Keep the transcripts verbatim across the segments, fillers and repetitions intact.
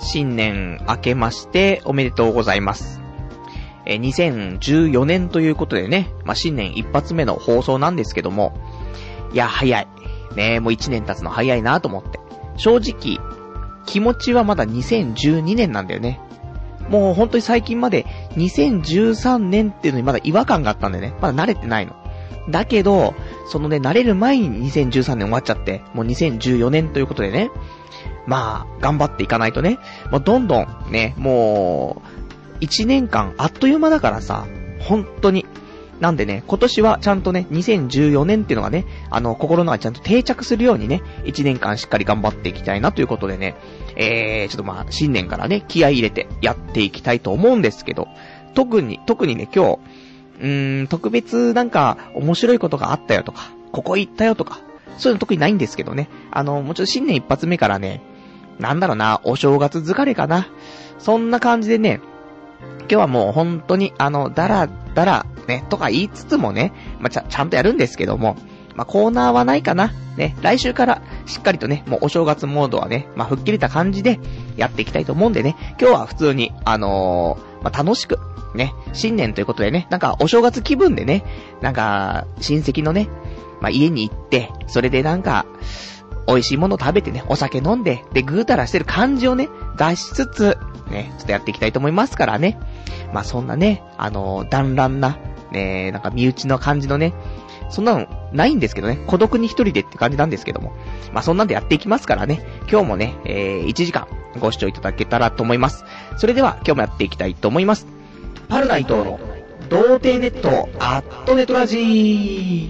新年明けましておめでとうございます。え、にせんじゅうよねんということでね、まあ、新年一発目の放送なんですけども、いや、早い。ね、もういちねん経つの早いなと思って。正直、気持ちはまだにせんじゅうにねんなんだよね。もう本当に最近までにせんじゅうさんねんっていうのにまだ違和感があったんだよね。まだ慣れてないの。だけど、そのね、慣れる前ににせんじゅうさんねん終わっちゃって、もうにせんじゅうよねんということでね、まあ、頑張っていかないとね、もうどんどんね、もう、いちねんかんあっという間だからさ、本当に。なんでね、今年はちゃんとね、にせんじゅうよねんっていうのがね、あの、心の中にちゃんと定着するようにね、いちねんかんしっかり頑張っていきたいなということでね、えー、ちょっとまあ、新年からね、気合い入れてやっていきたいと思うんですけど、特に、特にね、今日、うーん、特別なんか、面白いことがあったよとか、ここ行ったよとか、そういうの特にないんですけどね、あの、もうちょっと新年一発目からね、なんだろうな、お正月疲れかな。そんな感じでね、今日はもう本当に、あの、だらだら、ね、とか言いつつもね、まあ、ちゃ、ちゃんとやるんですけども、まあ、コーナーはないかな。ね、来週からしっかりとね、もうお正月モードはね、まあ、吹っ切れた感じでやっていきたいと思うんでね、今日は普通に、あのー、まあ、楽しく、ね、新年ということでね、なんかお正月気分でね、なんか、親戚のね、まあ、家に行って、それでなんか、美味しいもの食べてね、お酒飲んで、で、ぐーたらしてる感じをね、出しつつ、ね、ちょっとやっていきたいと思いますからね。まあ、そんなね、あのー、団らんな、ね、なんか身内の感じのね、そんなのないんですけどね、孤独に一人でって感じなんですけども。まあ、そんなんでやっていきますからね、今日もね、えー、いちじかんご視聴いただけたらと思います。それでは、今日もやっていきたいと思います。パルナイトの、童貞ネット、アットネトラジー。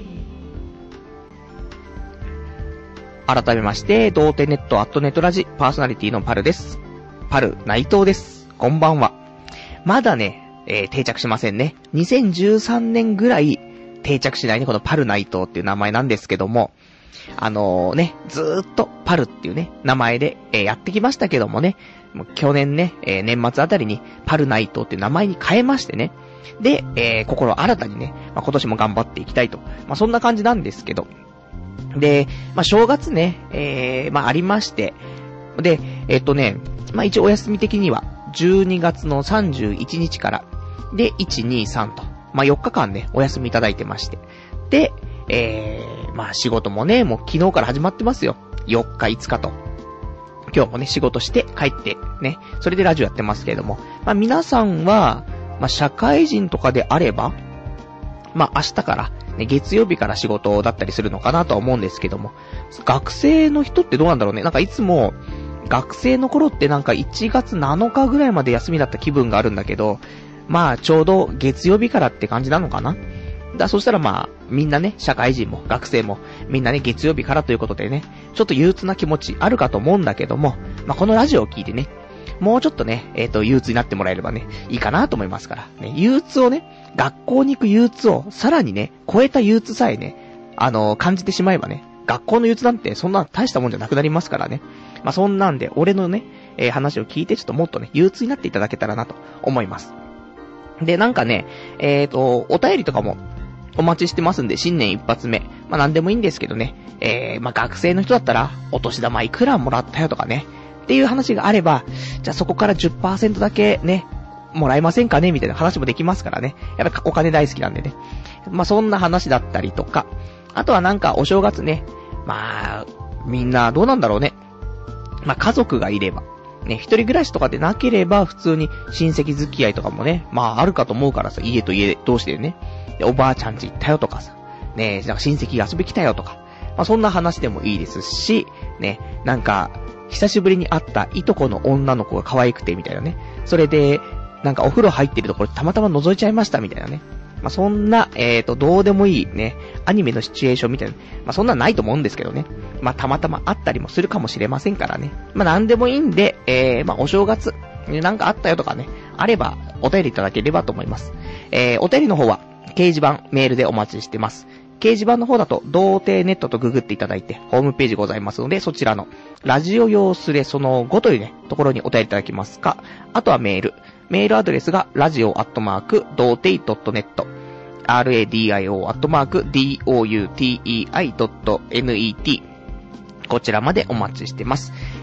改めまして、童貞ネットアットネットラジパーソナリティのパルです。パル内藤です。こんばんは。まだね、えー、定着しませんね。にせんじゅうさんねんぐらい定着しないね、このパル内藤っていう名前なんですけども、あのー、ね、ずーっとパルっていうね、名前で、えー、やってきましたけどもね、もう去年ね、えー、年末あたりにパル内藤っていう名前に変えましてね、で、えー、心新たにね、まあ、今年も頑張っていきたいと。まあ、そんな感じなんですけど、で、まあ、正月ね、えー、まあ、ありまして、で、えっとね、まあ、一応お休み的には、じゅうにがつのさんじゅういちにちから、で、いち、に、さんと、まあ、よっかかんね、お休みいただいてまして。で、えー、まあ、仕事もね、もう昨日から始まってますよ。よっか、いつかと。今日もね、仕事して帰って、ね、それでラジオやってますけれども、まあ、皆さんは、まあ、社会人とかであれば、まあ、明日から、ね、月曜日から仕事だったりするのかなとは思うんですけども、学生の人ってどうなんだろうね。なんかいつも、学生の頃ってなんかいちがつなのかぐらいまで休みだった気分があるんだけど、まあちょうど月曜日からって感じなのかな。だ、そしたらまあみんなね、社会人も学生もみんなね、月曜日からということでね、ちょっと憂鬱な気持ちあるかと思うんだけども、まあこのラジオを聞いてね、もうちょっとね、えっと、憂鬱になってもらえればね、いいかなと思いますから。ね、憂鬱をね、学校に行く憂鬱をさらにね、超えた憂鬱さえね、あのー、感じてしまえばね、学校の憂鬱なんてそんな大したもんじゃなくなりますからね。まあ、そんなんで、俺のね、えー、話を聞いてちょっともっとね、憂鬱になっていただけたらなと思います。で、なんかね、えっと、お便りとかもお待ちしてますんで、新年一発目。まあ、なんでもいいんですけどね、えー、まあ、学生の人だったら、お年玉いくらもらったよとかね、っていう話があれば、じゃあそこから じゅっパーセント だけね、もらえませんかねみたいな話もできますからね。やっぱりお金大好きなんでね。まあ、そんな話だったりとか、あとはなんかお正月ね、まあ、みんなどうなんだろうね。まあ、家族がいれば、ね、一人暮らしとかでなければ、普通に親戚付き合いとかもね、まあ、あるかと思うからさ、家と家同士でね、でおばあちゃん家行ったよとかさ、ね、なんか親戚が遊び来たよとか、まあ、そんな話でもいいですし、ね、なんか、久しぶりに会ったいとこの女の子が可愛くてみたいなね、それで、なんかお風呂入ってるところたまたま覗いちゃいましたみたいなね。まあ、そんな、えーと、どうでもいいね、アニメのシチュエーションみたいな、まあ、そんなないと思うんですけどね。まあ、たまたまあったりもするかもしれませんからね。まあ、なんでもいいんで、えー、まあ、お正月、なんかあったよとかね、あれば、お便りいただければと思います。えー、お便りの方は、掲示板、メールでお待ちしてます。掲示板の方だと、童貞ネットとググっていただいて、ホームページございますので、そちらの、ラジオ用スレそのごというね、ところにお便りいただけますか。あとはメール。メールアドレスが、ラジオアットマーク、童貞 ドットネット。radio アットマーク、ドゥテイ ドットネット。こちらまでお待ちしてます。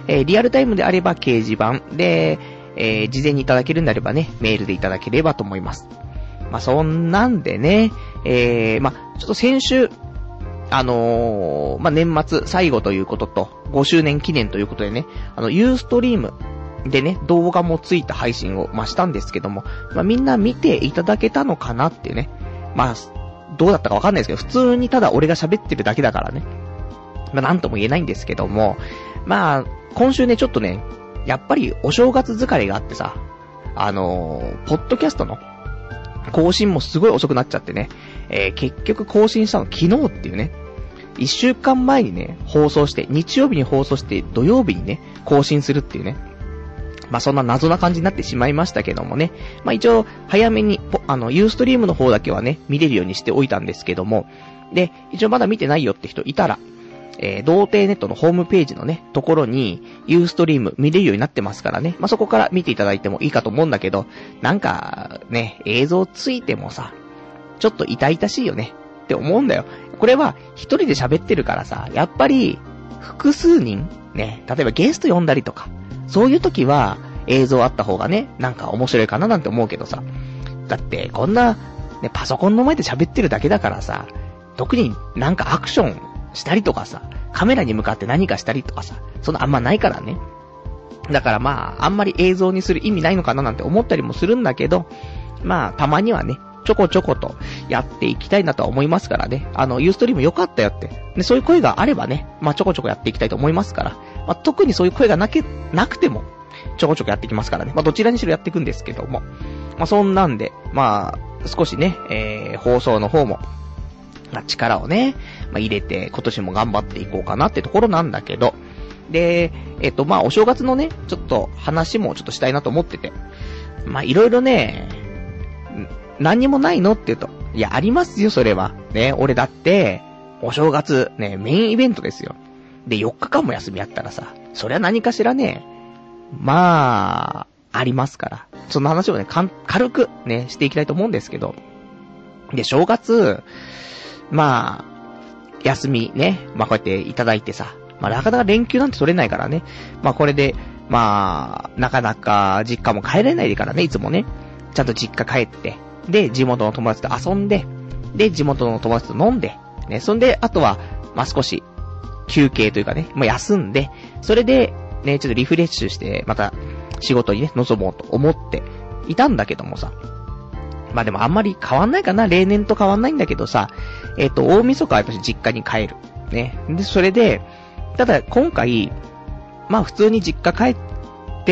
えー、リアルタイムであれば掲示板で、えー、事前にいただけるんであればね、メールでいただければと思います。まあ、そんなんでね、えー、まあ、ちょっと先週、あのー、まあ、年末最後ということと、ごしゅうねん記念ということでね、あの、ユーストリームでね、動画もついた配信を、まあ、したんですけども、まあ、みんな見ていただけたのかなっていうね。まあ、どうだったかわかんないですけど、普通にただ俺が喋ってるだけだからね。まあ、なんとも言えないんですけども、まあ、今週ね、ちょっとね、やっぱりお正月疲れがあってさ、あのー、ポッドキャストの更新もすごい遅くなっちゃってね、えー、結局更新したの昨日っていうね、一週間前にね、放送して、日曜日に放送して、土曜日にね、更新するっていうね。まあ、そんな謎な感じになってしまいましたけどもね。まあ、一応、早めに、あの、ユーストリームの方だけはね、見れるようにしておいたんですけども。で、一応まだ見てないよって人いたら、えー、童貞ネットのホームページのね、ところに、ユーストリーム見れるようになってますからね。まあ、そこから見ていただいてもいいかと思うんだけど、なんか、ね、映像ついてもさ、ちょっと痛々しいよね。って思うんだよ。これは、一人で喋ってるからさ、やっぱり、複数人、ね、例えばゲスト呼んだりとか、そういう時は、映像あった方がね、なんか面白いかななんて思うけどさ。だって、こんな、ね、パソコンの前で喋ってるだけだからさ、特になんかアクションしたりとかさ、カメラに向かって何かしたりとかさ、そんなあんまないからね。だからまあ、あんまり映像にする意味ないのかななんて思ったりもするんだけど、まあ、たまにはね、ちょこちょことやっていきたいなとは思いますからね。あの、ユーストリーム良かったよって。で、そういう声があればね、まあちょこちょこやっていきたいと思いますから。まあ特にそういう声がなけ、なくても、ちょこちょこやっていきますからね。まあどちらにしろやっていくんですけども。まあそんなんで、まあ、少しね、えー、放送の方も、まあ力をね、まあ入れて、今年も頑張っていこうかなってところなんだけど。で、えっと、まあお正月のね、ちょっと話もちょっとしたいなと思ってて。まあいろいろね、何にもないのって言うと、いや、ありますよ、それは。ね、俺だって、お正月、ね、メインイベントですよ。で、よっかかんも休みやったらさ、そりゃ何かしらね、まあ、ありますから。その話をね、かん、軽くね、していきたいと思うんですけど。で、正月、まあ、休みね、まあこうやっていただいてさ、まあなかなか連休なんて取れないからね、まあこれで、まあ、なかなか実家も帰れないでからね、いつもね、ちゃんと実家帰って、で、地元の友達と遊んで、で、地元の友達と飲んで、ね、そんで、あとは、まあ、少し、休憩というかね、もう休んで、それで、ね、ちょっとリフレッシュして、また、仕事にね、臨もうと思っていたんだけどもさ。まあ、でもあんまり変わんないかな、例年と変わんないんだけどさ、えっと、大晦日はやっぱり実家に帰る。ね。で、それで、ただ、今回、まあ、普通に実家帰って、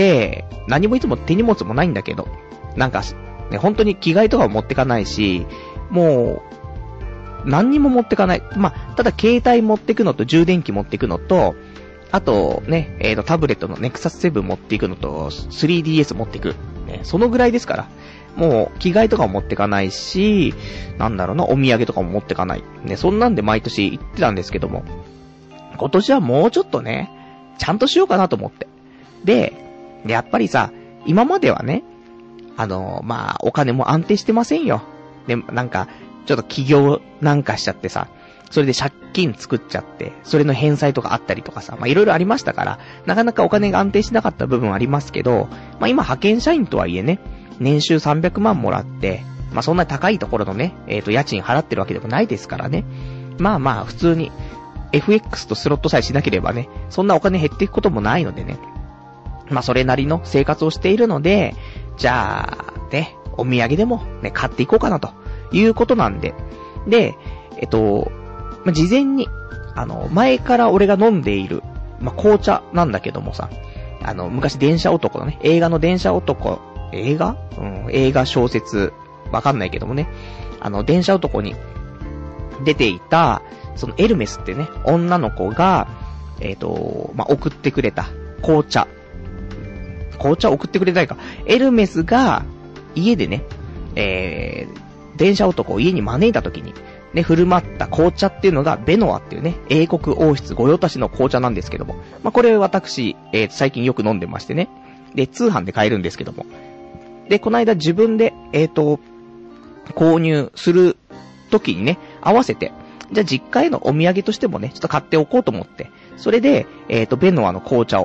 何もいつも手荷物もないんだけど、なんか、ね、本当に着替えとかも持ってかないし、もう、何にも持ってかない。まあ、ただ携帯持ってくのと充電器持ってくのと、あとね、えっと、タブレットのネクサスセブン持っていくのと、スリーディーエス 持っていく。ね、そのぐらいですから。もう、着替えとかも持ってかないし、なんだろうな、お土産とかも持ってかない。ね、そんなんで毎年行ってたんですけども、今年はもうちょっとね、ちゃんとしようかなと思って。で、でやっぱりさ、今まではね、あの、まあ、お金も安定してませんよ。で、なんか、ちょっと起業なんかしちゃってさ、それで借金作っちゃって、それの返済とかあったりとかさ、まあ、いろいろありましたから、なかなかお金が安定しなかった部分はありますけど、まあ、今派遣社員とはいえね、年収さんびゃくまんもらって、まあ、そんな高いところのね、えっと、家賃払ってるわけでもないですからね。まあまあ、普通に、エフエックス とスロットさえしなければね、そんなお金減っていくこともないのでね。まあ、それなりの生活をしているので、じゃあ、ね、お土産でもね、買っていこうかなということなんで。で、えっと、まあ、事前に、あの、前から俺が飲んでいる、まあ、紅茶なんだけどもさ、あの、昔電車男のね、映画の電車男、映画うん、映画小説、わかんないけどもね、あの、電車男に出ていた、そのエルメスってね、女の子が、えっと、まあ、送ってくれた紅茶。紅茶送ってくれないか。エルメスが家でね、えー、電車男を家に招いた時に、ね、振る舞った紅茶っていうのがベノアっていうね、英国王室御用達の紅茶なんですけども。まあ、これ私、えー、最近よく飲んでましてね。で、通販で買えるんですけども。で、この間自分で、えっと、購入する時にね、合わせて、じゃあ実家へのお土産としてもね、ちょっと買っておこうと思って、それで、えっと、ベノアの紅茶を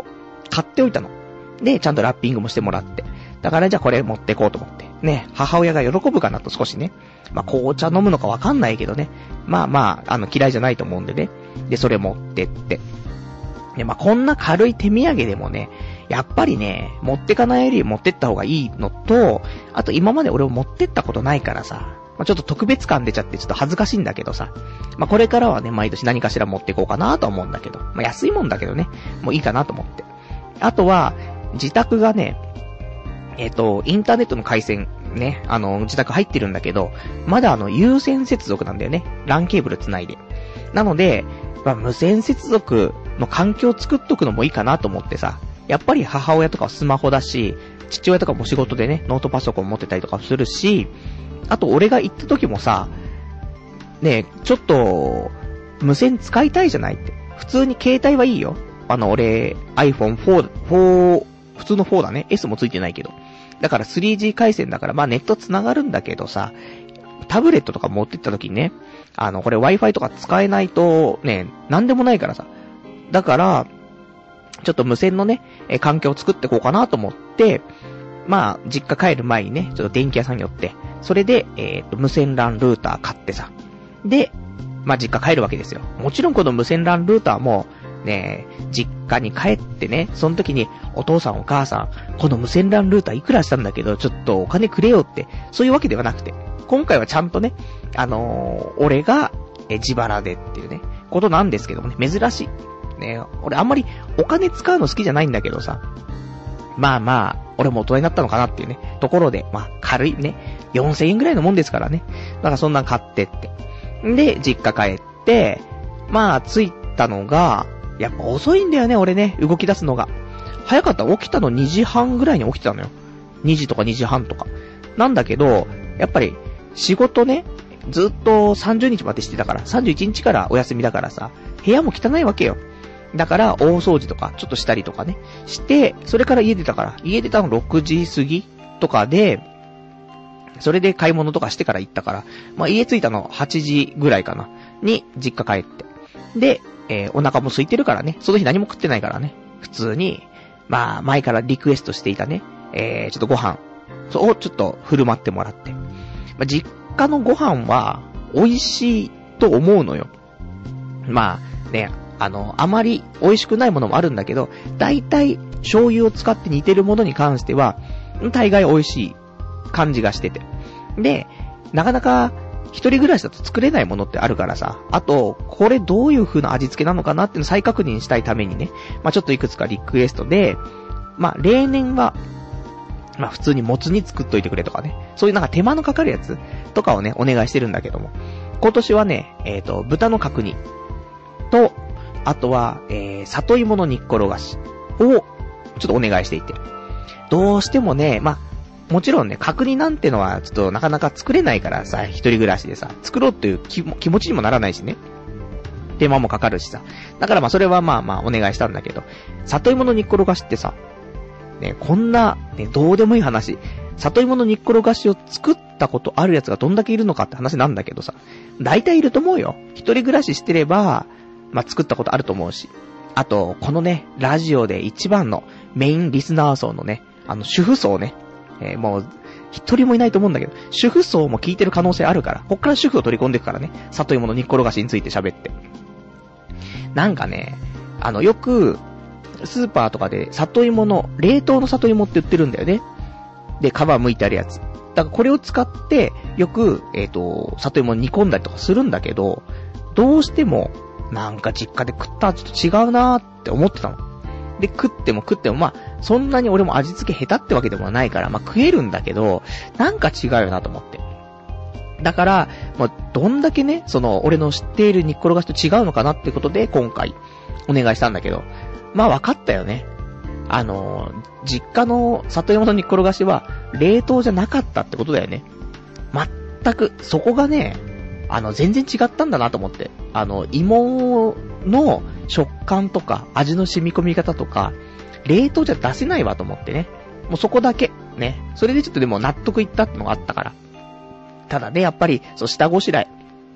買っておいたの。で、ちゃんとラッピングもしてもらって。だからじゃあこれ持ってこうと思って。ね、母親が喜ぶかなと少しね。まあ、紅茶飲むのかわかんないけどね。まあまあ、あの、嫌いじゃないと思うんでね。で、それ持ってって。で、まあ、こんな軽い手土産でもね、やっぱりね、持ってかないより持ってった方がいいのと、あと今まで俺を持ってったことないからさ、まあ、ちょっと特別感出ちゃってちょっと恥ずかしいんだけどさ。まあ、これからはね、毎年何かしら持っていこうかなと思うんだけど。まあ、安いもんだけどね、もういいかなと思って。あとは、自宅がね、えっと、インターネットの回線、ね、あの、自宅入ってるんだけど、まだあの、有線接続なんだよね。ランケーブル繋いで。なので、まあ、無線接続の環境を作っとくのもいいかなと思ってさ、やっぱり母親とかはスマホだし、父親とかも仕事でね、ノートパソコン持ってたりとかするし、あと俺が行った時もさ、ねえ、ちょっと、無線使いたいじゃないって。普通に携帯はいいよ。あの、俺、iPhone フォー、フォー、普通のフォーだね。S もついてないけど。だから スリージー 回線だから、まあネット繋がるんだけどさ、タブレットとか持ってった時にね、あの、これ Wi-Fi とか使えないと、ね、なんでもないからさ。だから、ちょっと無線のね、え、環境を作っていこうかなと思って、まあ、実家帰る前にね、ちょっと電気屋さんに寄って、それで、えっと、無線 ラン ルーター買ってさ。で、まあ実家帰るわけですよ。もちろんこの無線 ラン ルーターも、ね、実家に帰ってね、その時に、お父さんお母さん、この無線 ラン ルーターいくらしたんだけど、ちょっとお金くれよって、そういうわけではなくて、今回はちゃんとね、あのー、俺が、え、自腹でっていうね、ことなんですけどもね、珍しい。ね、俺あんまりお金使うの好きじゃないんだけどさ、まあまあ、俺も大人になったのかなっていうね、ところで、まあ軽いね、よんせんえんぐらいのもんですからね。だからそんなん買ってって。で、実家帰って、まあ着いたのが、やっぱ遅いんだよね、俺ね、動き出すのが。早かったら起きたのにじはんぐらいに起きてたのよ。にじとかにじはんとか。なんだけど、やっぱり仕事ね、ずっとさんじゅうにちまでしてたから、さんじゅういちにちからお休みだからさ、部屋も汚いわけよ。だから大掃除とかちょっとしたりとかねして、それから家出たから、家出たのろくじ過ぎとかで、それで買い物とかしてから行ったから、まあ家着いたのはちじぐらいかなに実家帰って、で、えー、お腹も空いてるからね、その日何も食ってないからね、普通にまあ前からリクエストしていたね、えー、ちょっとご飯をちょっと振る舞ってもらって、まあ、実家のご飯は美味しいと思うのよ。まあね、あの、あまり美味しくないものもあるんだけど、だいたい醤油を使って似てるものに関しては、大概美味しい感じがしてて。で、なかなか一人暮らしだと作れないものってあるからさ、あと、これどういう風な味付けなのかなっていうのを再確認したいためにね、まあちょっといくつかリクエストで、まあ例年は、まあ普通にもつ煮作っといてくれとかね、そういうなんか手間のかかるやつとかをね、お願いしてるんだけども、今年はね、えっと、豚の角煮と、あとは、えー、里芋の煮っころがしを、ちょっとお願いしていて。どうしてもね、まあ、もちろんね、角煮なんてのは、ちょっとなかなか作れないからさ、一人暮らしでさ、作ろうっていう気も、気持ちにもならないしね。手間もかかるしさ。だからまあ、それはまあまあ、お願いしたんだけど、里芋の煮っころがしってさ、ね、こんな、ね、どうでもいい話、里芋の煮っころがしを作ったことあるやつがどんだけいるのかって話なんだけどさ、大体いると思うよ。一人暮らししてれば、まあ、作ったことあると思うし。あと、このね、ラジオで一番のメインリスナー層のね、あの、主婦層ね、えー、もう、一人もいないと思うんだけど、主婦層も聞いてる可能性あるから、こっから主婦を取り込んでいくからね、里芋の煮っころがしについて喋って。なんかね、あの、よく、スーパーとかで里芋の、冷凍の里芋って売ってるんだよね。で、皮剥いてあるやつ。だからこれを使って、よく、えっと、里芋煮込んだりとかするんだけど、どうしても、なんか実家で食ったらちょっと違うなーって思ってたの。で、食っても食っても、まあ、そんなに俺も味付け下手ってわけでもないから、まあ食えるんだけど、なんか違うよなと思って。だから、まあ、どんだけね、その、俺の知っている煮っころがしと違うのかなってことで、今回、お願いしたんだけど、まあ分かったよね。あの、実家の里芋の煮っころがしは、冷凍じゃなかったってことだよね。全く、そこがね、あの、全然違ったんだなと思って。あの、芋の食感とか、味の染み込み方とか、冷凍じゃ出せないわと思ってね。もうそこだけ、ね。それでちょっとでも納得いったってのがあったから。ただね、やっぱり、そう、下ごしらえ。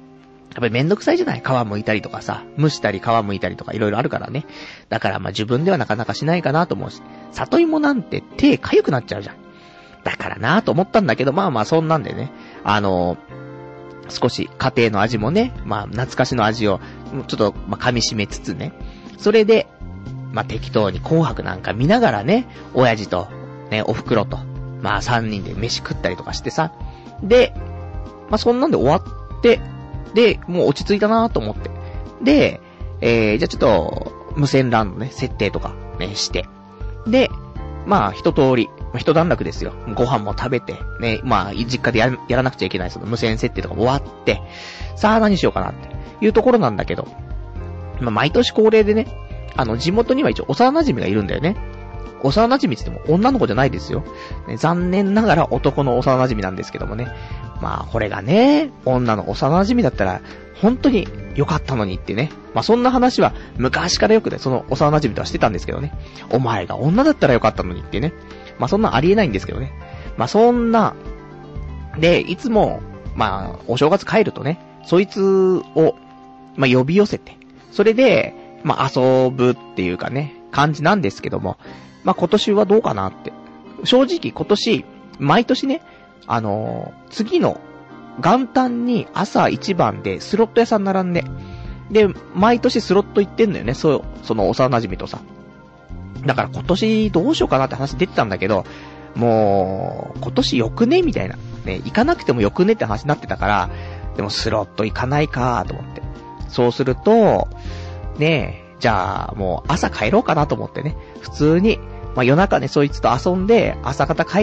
やっぱりめんどくさいじゃない？皮剥いたりとかさ、蒸したり皮剥いたりとかいろいろあるからね。だからまあ自分ではなかなかしないかなと思うし、里芋なんて手痒くなっちゃうじゃん。だからなと思ったんだけど、まあまあそんなんでね、あのー、少し家庭の味もね、まあ懐かしの味をちょっとまあ噛み締めつつね、それで、まあ適当に紅白なんか見ながらね、親父とね、お袋と、まあ三人で飯食ったりとかしてさ、で、まあそんなんで終わって、で、もう落ち着いたなと思って。で、えー、じゃあちょっと、無線 ラン のね、設定とかね、して。で、まあ一通り、まあ、一段落ですよ。ご飯も食べて、ね、まあ実家でや、やらなくちゃいけないその無線設定とかも終わって、さあ何しようかなっていうところなんだけど、まあ毎年恒例でね、あの地元には一応幼馴染がいるんだよね。幼馴染って言っても女の子じゃないですよ。ね、残念ながら男の幼馴染なんですけどもね。まあこれがね、女の幼馴染だったら本当に良かったのにってね。まあそんな話は昔からよくね、その幼馴染とはしてたんですけどね。お前が女だったら良かったのにってね。まあそんなありえないんですけどね。まあそんな、で、いつも、まあお正月帰るとね、そいつを、まあ呼び寄せて、それで、まあ遊ぶっていうかね、感じなんですけども、まあ今年はどうかなって。正直今年、毎年ね、あのー、次の元旦に朝一番でスロット屋さん並んで、で、毎年スロット行ってんのよね、そう、その幼馴染とさ。だから今年どうしようかなって話出てたんだけど、もう、今年よくねみたいな。ね、行かなくてもよくねって話になってたから、でもスロット行かないかと思って。そうすると、ねえ、じゃあもう朝帰ろうかなと思ってね、普通に、まあ夜中ね、そいつと遊んで、朝方帰って、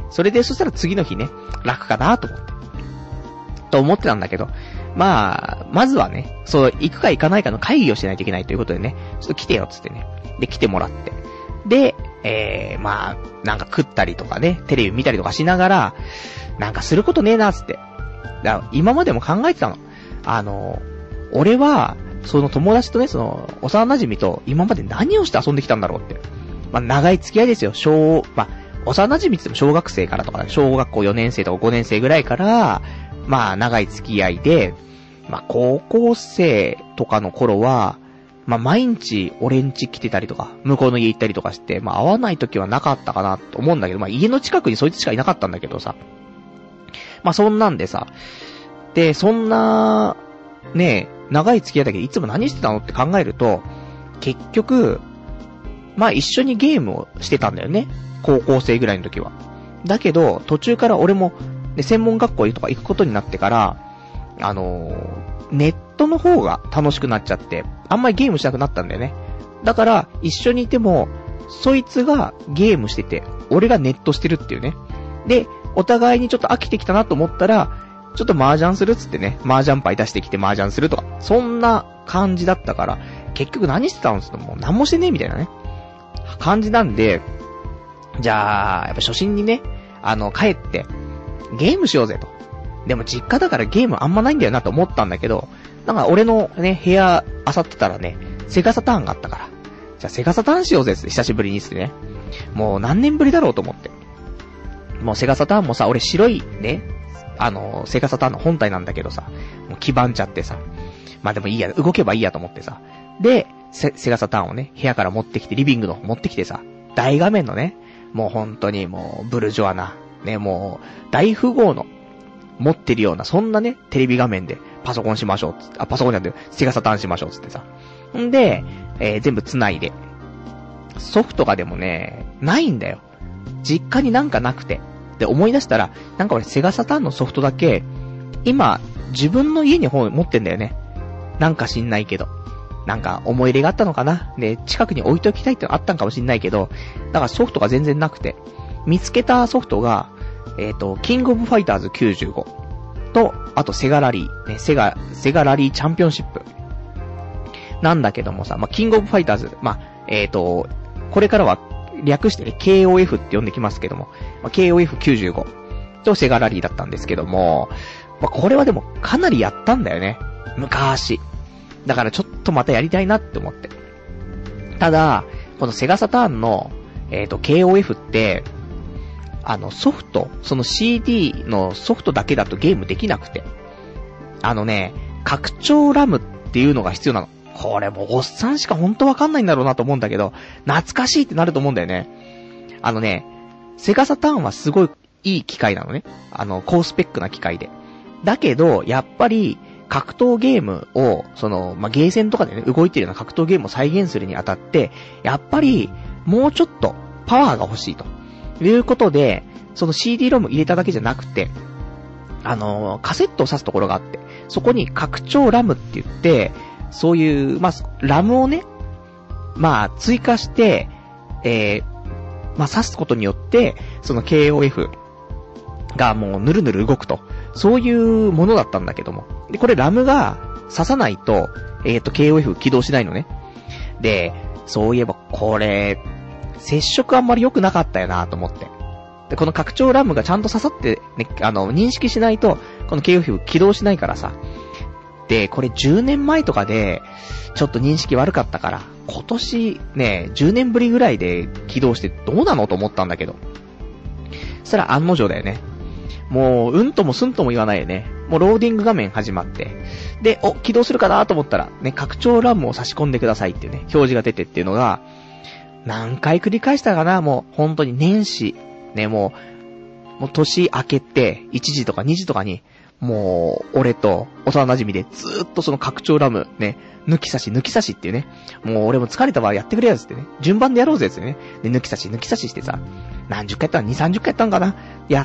それでそしたら次の日ね、楽かなと思って。と思ってたんだけど、まあ、まずはね、そう、行くか行かないかの会議をしないといけないということでね、ちょっと来てよっつってね。で、来てもらって。で、えー、まあ、なんか食ったりとかね、テレビ見たりとかしながら、なんかすることねえなっつって。だから今までも考えてたの。あの、俺は、その友達とね、その、幼馴染と今まで何をして遊んできたんだろうって。まあ、長い付き合いですよ。小、まあ、幼馴染って言っても小学生からとか、小学校よねん生とかごねん生ぐらいから、まあ、長い付き合いで、まあ、高校生とかの頃は、まあ、毎日俺ん家来てたりとか、向こうの家行ったりとかして、まあ、会わない時はなかったかなと思うんだけど、まあ、家の近くにそいつしかいなかったんだけどさ。まあ、そんなんでさ。で、そんな、ねえ、長い付き合いだけど、いつも何してたのって考えると、結局、まあ一緒にゲームをしてたんだよね。高校生ぐらいの時は。だけど、途中から俺も、ね、専門学校とか行くことになってから、あのー、ネットの方が楽しくなっちゃって、あんまりゲームしなくなったんだよね。だから、一緒にいても、そいつがゲームしてて、俺がネットしてるっていうね。で、お互いにちょっと飽きてきたなと思ったら、ちょっと麻雀するっつってね、麻雀牌出してきて麻雀するとか、そんな感じだったから、結局何してたんですか？もう何もしてねえみたいなね、感じなんで、じゃあ、やっぱ初心にね、あの、帰って、ゲームしようぜと。でも実家だからゲームあんまないんだよなと思ったんだけど、なんか俺のね、部屋漁ってたらね、セガサターンがあったから、じゃあセガサターンしようぜって久しぶりにしてね、もう何年ぶりだろうと思って。もうセガサターンもさ、俺白いね、あの、セガサターンの本体なんだけどさ、もう黄ばんちゃってさ。まあでもいいや、動けばいいやと思ってさ。で、セ、セガサターンをね、部屋から持ってきて、リビングの持ってきてさ、大画面のね、もう本当にもう、ブルジョアな、ね、もう、大富豪の、持ってるような、そんなね、テレビ画面で、パソコンしましょうつって、あ、パソコンじゃなくて、セガサターンしましょうつってさ。んで、えー、全部繋いで。ソフトがでもね、ないんだよ。実家になんかなくて。で、思い出したら、なんか俺セガサターンのソフトだけ、今、自分の家に本持ってんだよね。なんか知んないけど。なんか思い入れがあったのかな。で、近くに置いときたいってのあったんかもしんないけど、だからソフトが全然なくて、見つけたソフトが、えっと、キングオブファイターズきゅうじゅうごと、あとセガラリー、ね、セガ、セガラリーチャンピオンシップ。なんだけどもさ、まあ、キングオブファイターズ、まあ、えっと、これからは、略してね、ケーオーエフ って呼んできますけども、まあ、ケーオーエフきゅうじゅうご とセガラリーだったんですけども、まあ、これはでもかなりやったんだよね。昔。だからちょっとまたやりたいなって思って。ただ、このセガサターンの、えっと、ケーオーエフ って、あの、ソフト、その シーディー のソフトだけだとゲームできなくて。あのね、 拡張ラムっていうのが必要なの。これもうおっさんしかほんとわかんないんだろうなと思うんだけど、懐かしいってなると思うんだよね。あのね、セガサターンはすごいいい機械なのね。あの、高スペックな機械で。だけど、やっぱり、格闘ゲームを、その、まあ、ゲーセンとかでね、動いてるような格闘ゲームを再現するにあたって、やっぱり、もうちょっと、パワーが欲しいと。いうことで、その シーディー ロム入れただけじゃなくて、あのー、カセットを挿すところがあって、そこに拡張ラムって言って、そういう、まあ、ラムをね、まあ、追加して、えー、まあ、挿すことによって、その ケーオーエフ がもうぬるぬる動くと。そういうものだったんだけども。で、これラムが刺さないと、えっと、ケーオーエフ 起動しないのね。で、そういえばこれ、接触あんまり良くなかったよなと思って。で、この拡張ラムがちゃんと刺さってね、あの、認識しないと、この ケーオーエフ 起動しないからさ。で、これじゅうねんまえとかで、ちょっと認識悪かったから、今年ね、じゅうねんぶりぐらいで起動してどうなのと思ったんだけど。そしたら案の定だよね。もう、うんともすんとも言わないよね。もうローディング画面始まって。で、お、起動するかなと思ったら、ね、拡張ラムを差し込んでくださいっていうね、表示が出てっていうのが、何回繰り返したかな、もう、本当に年始、ね、もう、もう年明けて、いちじとかにじとかに、もう、俺と幼馴染でずーっとその拡張ラム、ね、抜き差し抜き差しっていうね、もう俺も疲れたわ、やってくれよつってね、順番でやろうぜつってね、で、抜き差し抜き差ししてさ、何十回やったの ?に、さんじゅっかいやったんかなやって、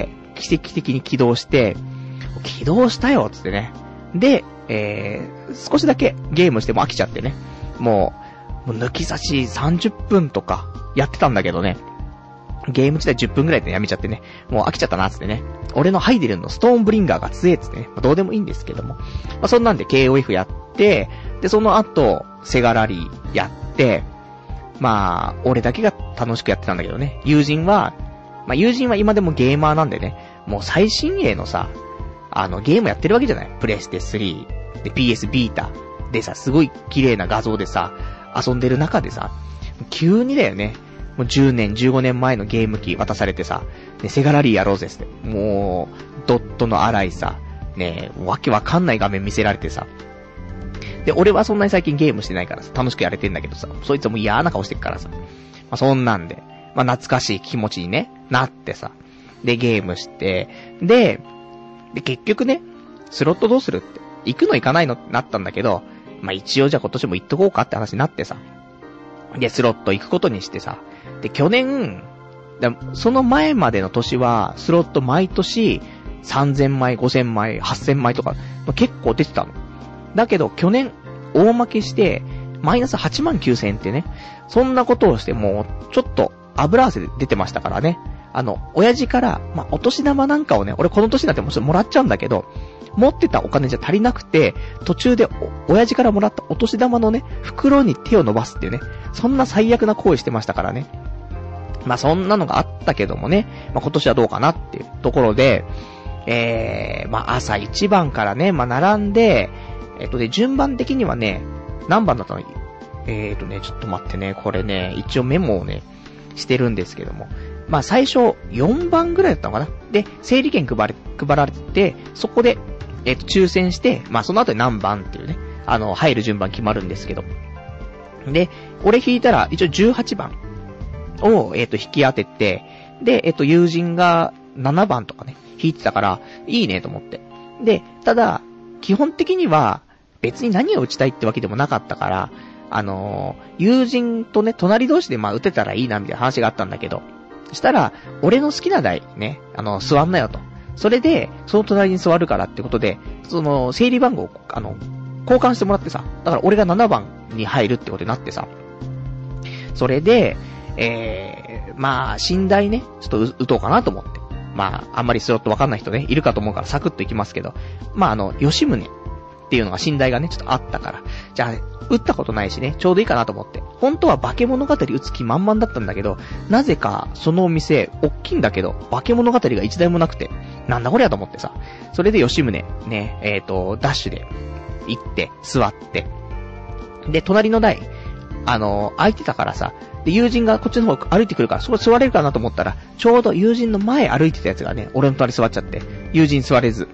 奇跡的に起動して、起動したよつってね。で、えー、少しだけゲームしても飽きちゃってね。もう、もう抜き差しさんじゅっぷんとかやってたんだけどね。ゲーム自体じゅっぷんぐらいでやめちゃってね。もう飽きちゃったなつってね。俺のハイデルンのストーンブリンガーが強えつってね。まあ、どうでもいいんですけども。まあ、そんなんで ケーオーエフ やって、で、その後、セガラリーやって、まあ、俺だけが楽しくやってたんだけどね。友人は、まあ、友人は今でもゲーマーなんでね、もう最新鋭のさ、あの、ゲームやってるわけじゃない。プレステスリー、で、ピーエス ビータでさ、すごい綺麗な画像でさ、遊んでる中でさ、急にだよね、もうじゅうねん、じゅうごねんまえのゲーム機渡されてさ、ね、セガラリーやろうぜって。もう、ドットの荒いさ、ね、わけわかんない画面見せられてさ。で、俺はそんなに最近ゲームしてないからさ、楽しくやれてんだけどさ、そいつはもう嫌な顔してっからさ。まあ、そんなんで、まあ、懐かしい気持ちにね、なってさ。で、ゲームして、で、で、結局ね、スロットどうするって、行くの行かないのってなったんだけど、まあ、一応じゃあ今年も行っとこうかって話になってさ。で、スロット行くことにしてさ。で、去年、その前までの年は、スロット毎年、さんぜんまい、ごせんまい、はっせんまいとか、結構出てたの。だけど、去年、大負けして、マイナスはちまんきゅうせんえんってね、そんなことをして、もう、ちょっと、油汗で出てましたからね。あの、親父から、まあ、お年玉なんかをね、俺この年になってもちろんもらっちゃうんだけど、持ってたお金じゃ足りなくて、途中でお、親父からもらったお年玉のね、袋に手を伸ばすっていうね、そんな最悪な行為してましたからね。まあ、そんなのがあったけどもね、まあ、今年はどうかなっていうところで、えー、まあ、朝一番からね、まあ、並んで、えっとね、順番的にはね、何番だったの？えーとね、ちょっと待ってね、これね、一応メモをね、してるんですけども、まあ最初よんばんぐらいだったのかな。で、整理券配れ、配られてて、そこで、えっと、抽選して、まあその後に何番っていうね、あの、入る順番決まるんですけど。で、俺引いたら、一応じゅうはちばんを、えっと、引き当てて、で、えっと、友人がななばんとかね、引いてたから、いいねと思って。で、ただ、基本的には、別に何を打ちたいってわけでもなかったから、あのー、友人とね、隣同士でまあ打てたらいいなみたいな話があったんだけど、そしたら、俺の好きな台ね、あの、座んなよと。それで、その隣に座るからってことで、その、整理番号を、あの、交換してもらってさ、だから俺がななばんに入るってことになってさ、それで、えー、まあ、寝台ね、ちょっと打とうかなと思って。まあ、あんまりスロットわかんない人ね、いるかと思うからサクッといきますけど、まああの、吉宗っていうのが寝台がね、ちょっとあったから、じゃあ、打ったことないしね、ちょうどいいかなと思って。本当は化け物語打つ気満々だったんだけど、なぜか、そのお店、おっきいんだけど、化け物語が一台もなくて、なんだこりゃと思ってさ。それで吉宗、ね、えっと、ダッシュで、行って、座って。で、隣の台、あの、空いてたからさ、で、友人がこっちの方歩いてくるから、そこ座れるかなと思ったら、ちょうど友人の前歩いてたやつがね、俺の隣座っちゃって、友人座れず。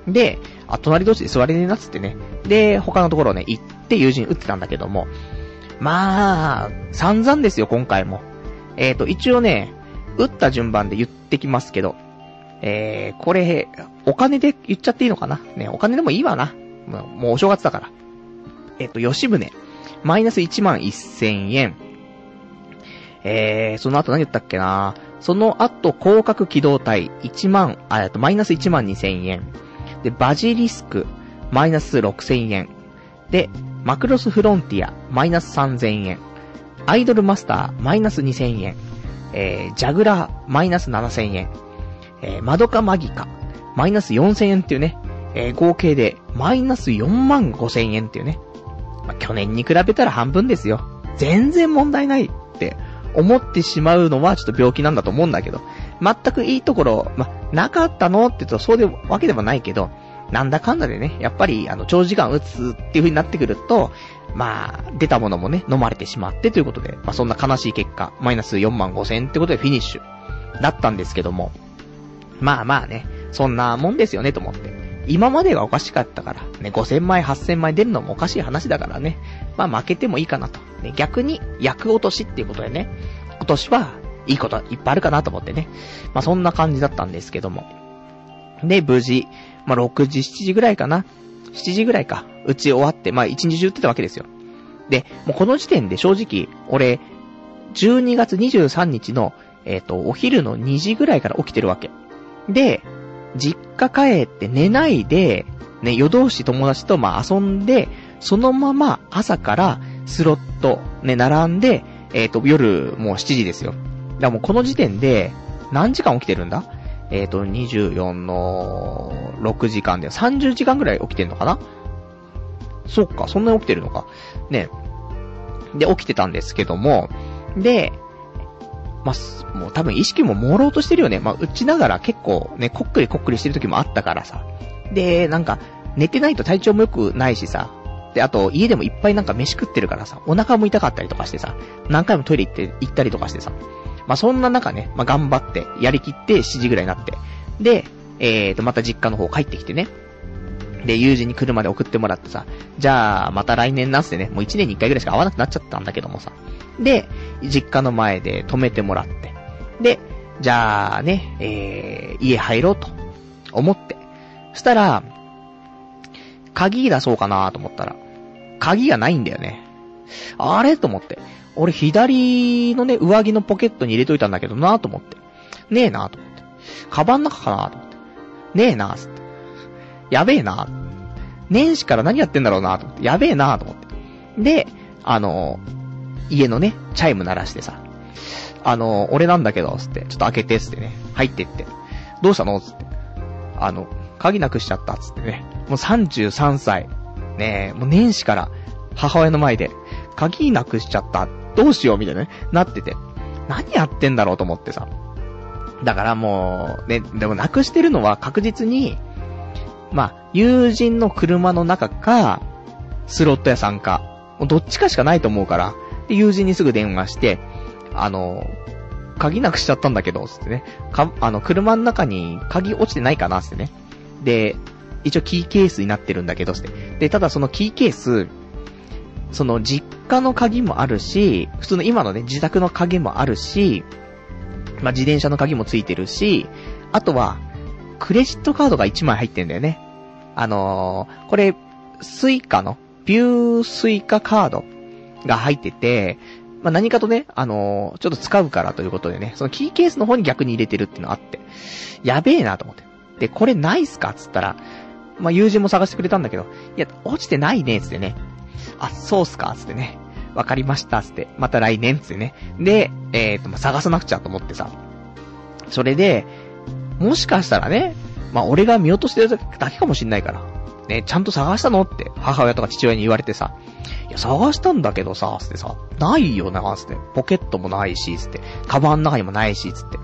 で、あ、隣同士で座れねえなっつってね。で、他のところね、行って友人打ってたんだけども。まあ、散々ですよ、今回も。えーと、一応ね、打った順番で言ってきますけど、えー、これ、お金で言っちゃっていいのかなね、お金でもいいわな。もう、もうお正月だから。えっと、吉船。マイナスいちまんせんえん。えー、その後何言ったっけな。その後、広角機動隊、いちまん、あ、えっと、マイナスいちまんにせんえん。で、バジリスク、マイナスろくせんえん。で、マクロスフロンティア、マイナスさんぜんえん。アイドルマスター、マイナスにせんえん。えー、ジャグラー、マイナスななせんえん。えー、マドカマギカ、マイナスよんせんえんっていうね、えー、合計で、マイナスよんまんごせんえんっていうね。まあ、去年に比べたら半分ですよ。全然問題ないって思ってしまうのはちょっと病気なんだと思うんだけど、全くいいところ、まあ、なかったのって言うとそうでわけでもないけど、なんだかんだでね、やっぱりあの長時間打つっていう風になってくると、まあ、出たものもね、飲まれてしまってということで、まあそんな悲しい結果、マイナスよんまんごせんえんってことでフィニッシュだったんですけども、まあまあね、そんなもんですよねと思って。今までがおかしかったから、ね、ごせんまい、はっせんまい出るのもおかしい話だからね。まあ負けてもいいかなと。ね、逆に、役落としっていうことでね、今年はいいこといっぱいあるかなと思ってね。まあそんな感じだったんですけども。で、無事、まあろくじ、しちじぐらいかな。しちじぐらいか。打ち終わって、まあいちにち打ってたわけですよ。で、もうこの時点で正直、俺、じゅうにがつにじゅうさんにちの、えっと、お昼のにじぐらいから起きてるわけ。で、実家帰って寝ないで、ね、夜通し友達とまあ遊んで、そのまま朝からスロット、ね、並んで、えっと、夜もうしちじですよ。だからもうこの時点で、何時間起きてるんだ？えっと、にじゅうよんのろくじかんでさんじゅうじかんぐらい起きてんのかな？そっか、そんなに起きてるのか。ね。で、起きてたんですけども、で、まあ、もう多分意識も朦朧としてるよね。まあ、打ちながら結構ね、こっくりこっくりしてる時もあったからさ。で、なんか、寝てないと体調も良くないしさ。で、あと、家でもいっぱいなんか飯食ってるからさ、お腹も痛かったりとかしてさ、何回もトイレ行って、行ったりとかしてさ。まあ、そんな中ね、まあ、頑張って、やりきってしちじぐらいになって。で、えーと、また実家の方帰ってきてね。で、友人に車で送ってもらってさ、じゃあ、また来年なんすってね、もういちねんにいっかいぐらいしか会わなくなっちゃったんだけどもさ。で、実家の前で止めてもらって。で、じゃあね、えー、家入ろうと思って。そしたら、鍵出そうかなと思ったら、鍵がないんだよね。あれと思って。俺左のね、上着のポケットに入れといたんだけどなと思って。ねえなと思って。カバンの中かなと思って。ねえなつって。やべえな。年始から何やってんだろうなと思って。やべえなと思って。で、あの、家のね、チャイム鳴らしてさ。あの、俺なんだけど、つって、ちょっと開けて、つってね、入ってって。どうしたのつって。あの、鍵なくしちゃった、つってね。もうさんじゅうさんさい。ねえ、もう年始から母親の前で、鍵なくしちゃった。どうしようみたいなね、なってて。何やってんだろうと思ってさ。だからもう、ね、でもなくしてるのは確実に、まあ、友人の車の中か、スロット屋さんか、もうどっちかしかないと思うから、で、友人にすぐ電話して、あの、鍵なくしちゃったんだけど、つってね。か、あの、車の中に鍵落ちてないかな、つってね。で、一応キーケースになってるんだけど、つって。で、ただそのキーケース、その実家の鍵もあるし、普通の今のね、自宅の鍵もあるし、まあ、自転車の鍵もついてるし、あとは、クレジットカードがいちまい入ってんだよね。あのー、これ、スイカの、ビュースイカカードが入ってて、まあ、何かとね、あのー、ちょっと使うからということでね、そのキーケースの方に逆に入れてるっていうのがあって、やべえなと思って。で、これないっすかつったら、まあ、友人も探してくれたんだけど、いや、落ちてないね、つってね。あ、そうっすかつってね。わかりました、つって。また来年、つってね。で、えーと、まあ、探さなくちゃと思ってさ。それで、もしかしたらね、まあ、俺が見落としてるだけかもしんないから。ね、ちゃんと探したのって、母親とか父親に言われてさ。いや、探したんだけどさ、つってさ、ないよな、つって。ポケットもないし、つって。カバンの中にもないし、つって。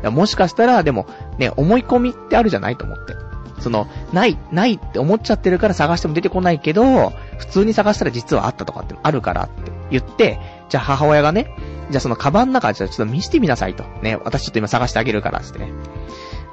もしかしたら、でも、ね、思い込みってあるじゃないと思って。その、ない、ないって思っちゃってるから探しても出てこないけど、普通に探したら実はあったとかってあるからって言って、じゃあ母親がね、じゃあそのカバンの中じゃあちょっと見せてみなさいと。ね、私ちょっと今探してあげるから、つってね。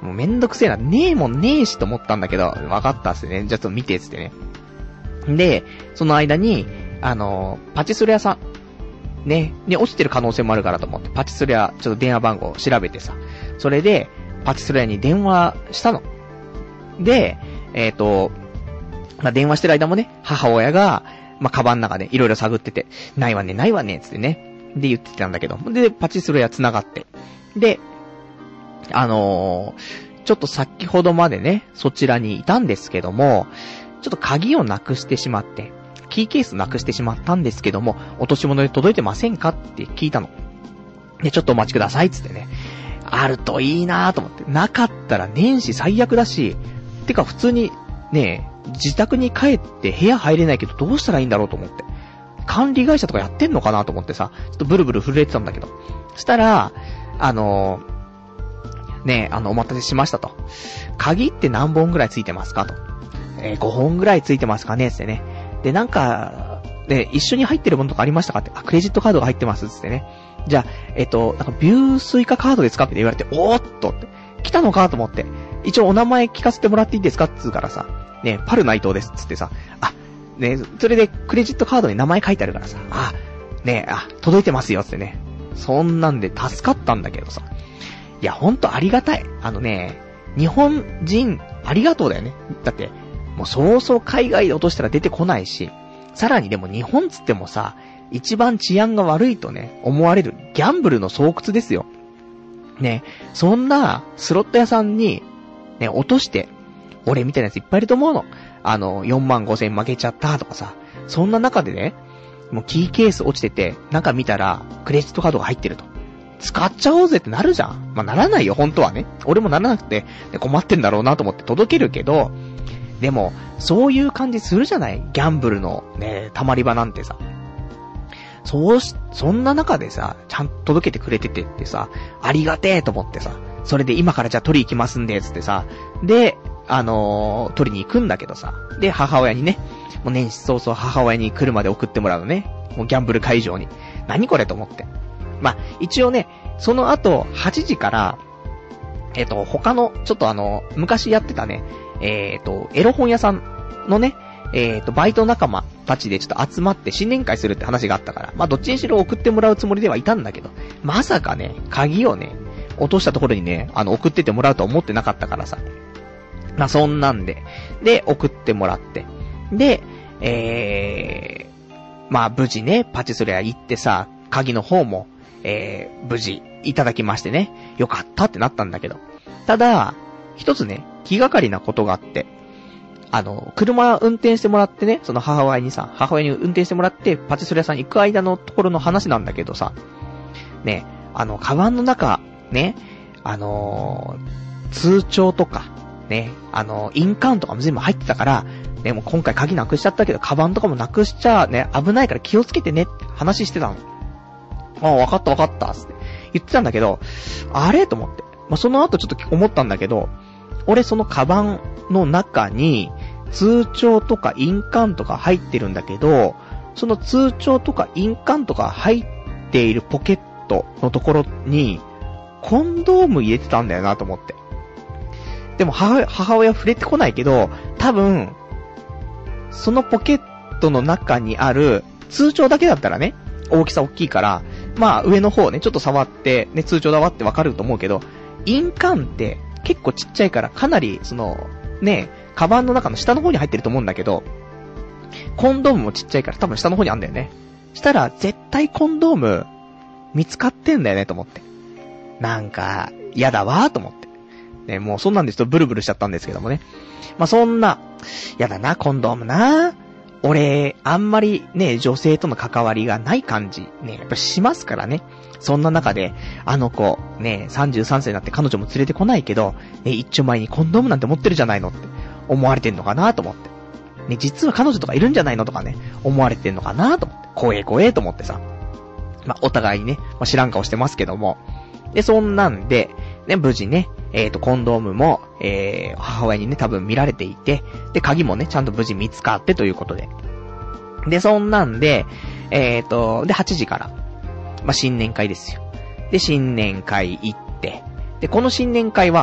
もうめんどくせえな。ねえもんねえしと思ったんだけど、わかったっすね。じゃあちょっと見てっつってね。で、その間に、あのー、パチスロ屋さん、ね、ね、落ちてる可能性もあるからと思って、パチスロ屋、ちょっと電話番号を調べてさ、それで、パチスロ屋に電話したの。で、えっと、まあ、電話してる間もね、母親が、まあ、カバンの中でいろいろ探ってて、ないわね、ないわね、つってね。で、言ってたんだけど。で、パチスロ屋繋がって。で、あのー、ちょっと先ほどまでね、そちらにいたんですけども、ちょっと鍵をなくしてしまって、キーケースなくしてしまったんですけども、落とし物で届いてませんかって聞いたの。で、ちょっとお待ちください、つってね。あるといいなぁと思って。なかったら年始最悪だし、てか普通に、ねえ、自宅に帰って部屋入れないけどどうしたらいいんだろうと思って。管理会社とかやってんのかなと思ってさ、ちょっとブルブル震えてたんだけど。したら、あのー、ねえ、あの、お待たせしましたと。鍵って何本ぐらいついてますかと。えー、ごほんぐらいついてますかねつってね。で、なんか、で、一緒に入ってるものとかありましたかって。あ、クレジットカードが入ってますつってね。じゃあ、えっと、なんかビュースイカカードですかって言われて、おーっとって。来たのかと思って。一応お名前聞かせてもらっていいですかっつうからさ。ね、パル内藤ですっつってさ。あ、ね、それでクレジットカードに名前書いてあるからさ。あ、ね、あ、届いてますよってね。そんなんで助かったんだけどさ。いや、ほんとありがたい。あのね、日本人、ありがとうだよね。だって、もうそうそう海外で落としたら出てこないし、さらにでも日本つってもさ、一番治安が悪いとね、思われるギャンブルの巣窟ですよ。ね、そんなスロット屋さんに、ね、落として、俺みたいなやついっぱいいると思うの。あの、よんまんごせん負けちゃったとかさ、そんな中でね、もうキーケース落ちてて、中見たら、クレジットカードが入ってると。使っちゃおうぜってなるじゃん。まあ、ならないよ、本当はね。俺もならなくて、困ってんだろうなと思って届けるけど、でも、そういう感じするじゃない？ギャンブルのね、溜まり場なんてさ。そうし、そんな中でさ、ちゃんと届けてくれててってさ、ありがてえと思ってさ、それで今からじゃあ取り行きますんで、つってさ、で、あのー、取りに行くんだけどさ、で、母親にね、もう年始早々母親に来るまで送ってもらうのね、もうギャンブル会場に。何これと思って。まあ、一応ね、その後、はちじから、えっと、他の、ちょっとあの、昔やってたね、えっと、エロ本屋さんのね、えっと、バイト仲間たちでちょっと集まって新年会するって話があったから、まあ、どっちにしろ送ってもらうつもりではいたんだけど、まさかね、鍵をね、落としたところにね、あの、送ってってもらうとは思ってなかったからさ。まあ、そんなんで、で、送ってもらって、で、えー、まあ、無事ね、パチスロ屋行ってさ、鍵の方も、えー、無事、いただきましてね、よかったってなったんだけど、ただ、一つね、気がかりなことがあって、あの、車運転してもらってね、その母親にさ、母親に運転してもらって、パチスロ屋さん行く間のところの話なんだけどさ、ね、あの、カバンの中、ね、あのー、通帳とか、ね、あのー、印鑑とかも全部入ってたから、ね、もう今回鍵なくしちゃったけど、カバンとかもなくしちゃね、危ないから気をつけてねって話してたの。ああ、わかったわかったって言ってたんだけど、あれと思って。まあ、その後ちょっと思ったんだけど、俺そのカバンの中に通帳とか印鑑とか入ってるんだけど、その通帳とか印鑑とか入っているポケットのところにコンドーム入れてたんだよなと思って。でも母、母親触れてこないけど、多分そのポケットの中にある通帳だけだったらね、大きさ大きいから、まあ上の方ね、ちょっと触ってね、通帳だわってわかると思うけど、印鑑って結構ちっちゃいからかなりそのね、カバンの中の下の方に入ってると思うんだけど、コンドームもちっちゃいから多分下の方にあんだよね。したら絶対コンドーム見つかってんだよねと思って。なんか嫌だわーと思って。ね、もうそんなんでちょっとブルブルしちゃったんですけどもね。まあそんな、嫌だなコンドームな。俺あんまりね女性との関わりがない感じねやっぱしますからね。そんな中であの子ねさんじゅうさんさいになって彼女も連れてこないけどね一丁前にコンドームなんて持ってるじゃないのって思われてんのかなと思ってね実は彼女とかいるんじゃないのとかね思われてんのかなと思って怖え怖えと思ってさまあお互いにね、まあ、知らん顔してますけどもでそんなんでね無事ねえっとコンドームもえー母親にね多分見られていてで鍵もねちゃんと無事見つかってということででそんなんでえっとではちじからまあ、新年会ですよ。で、新年会行って。で、この新年会は、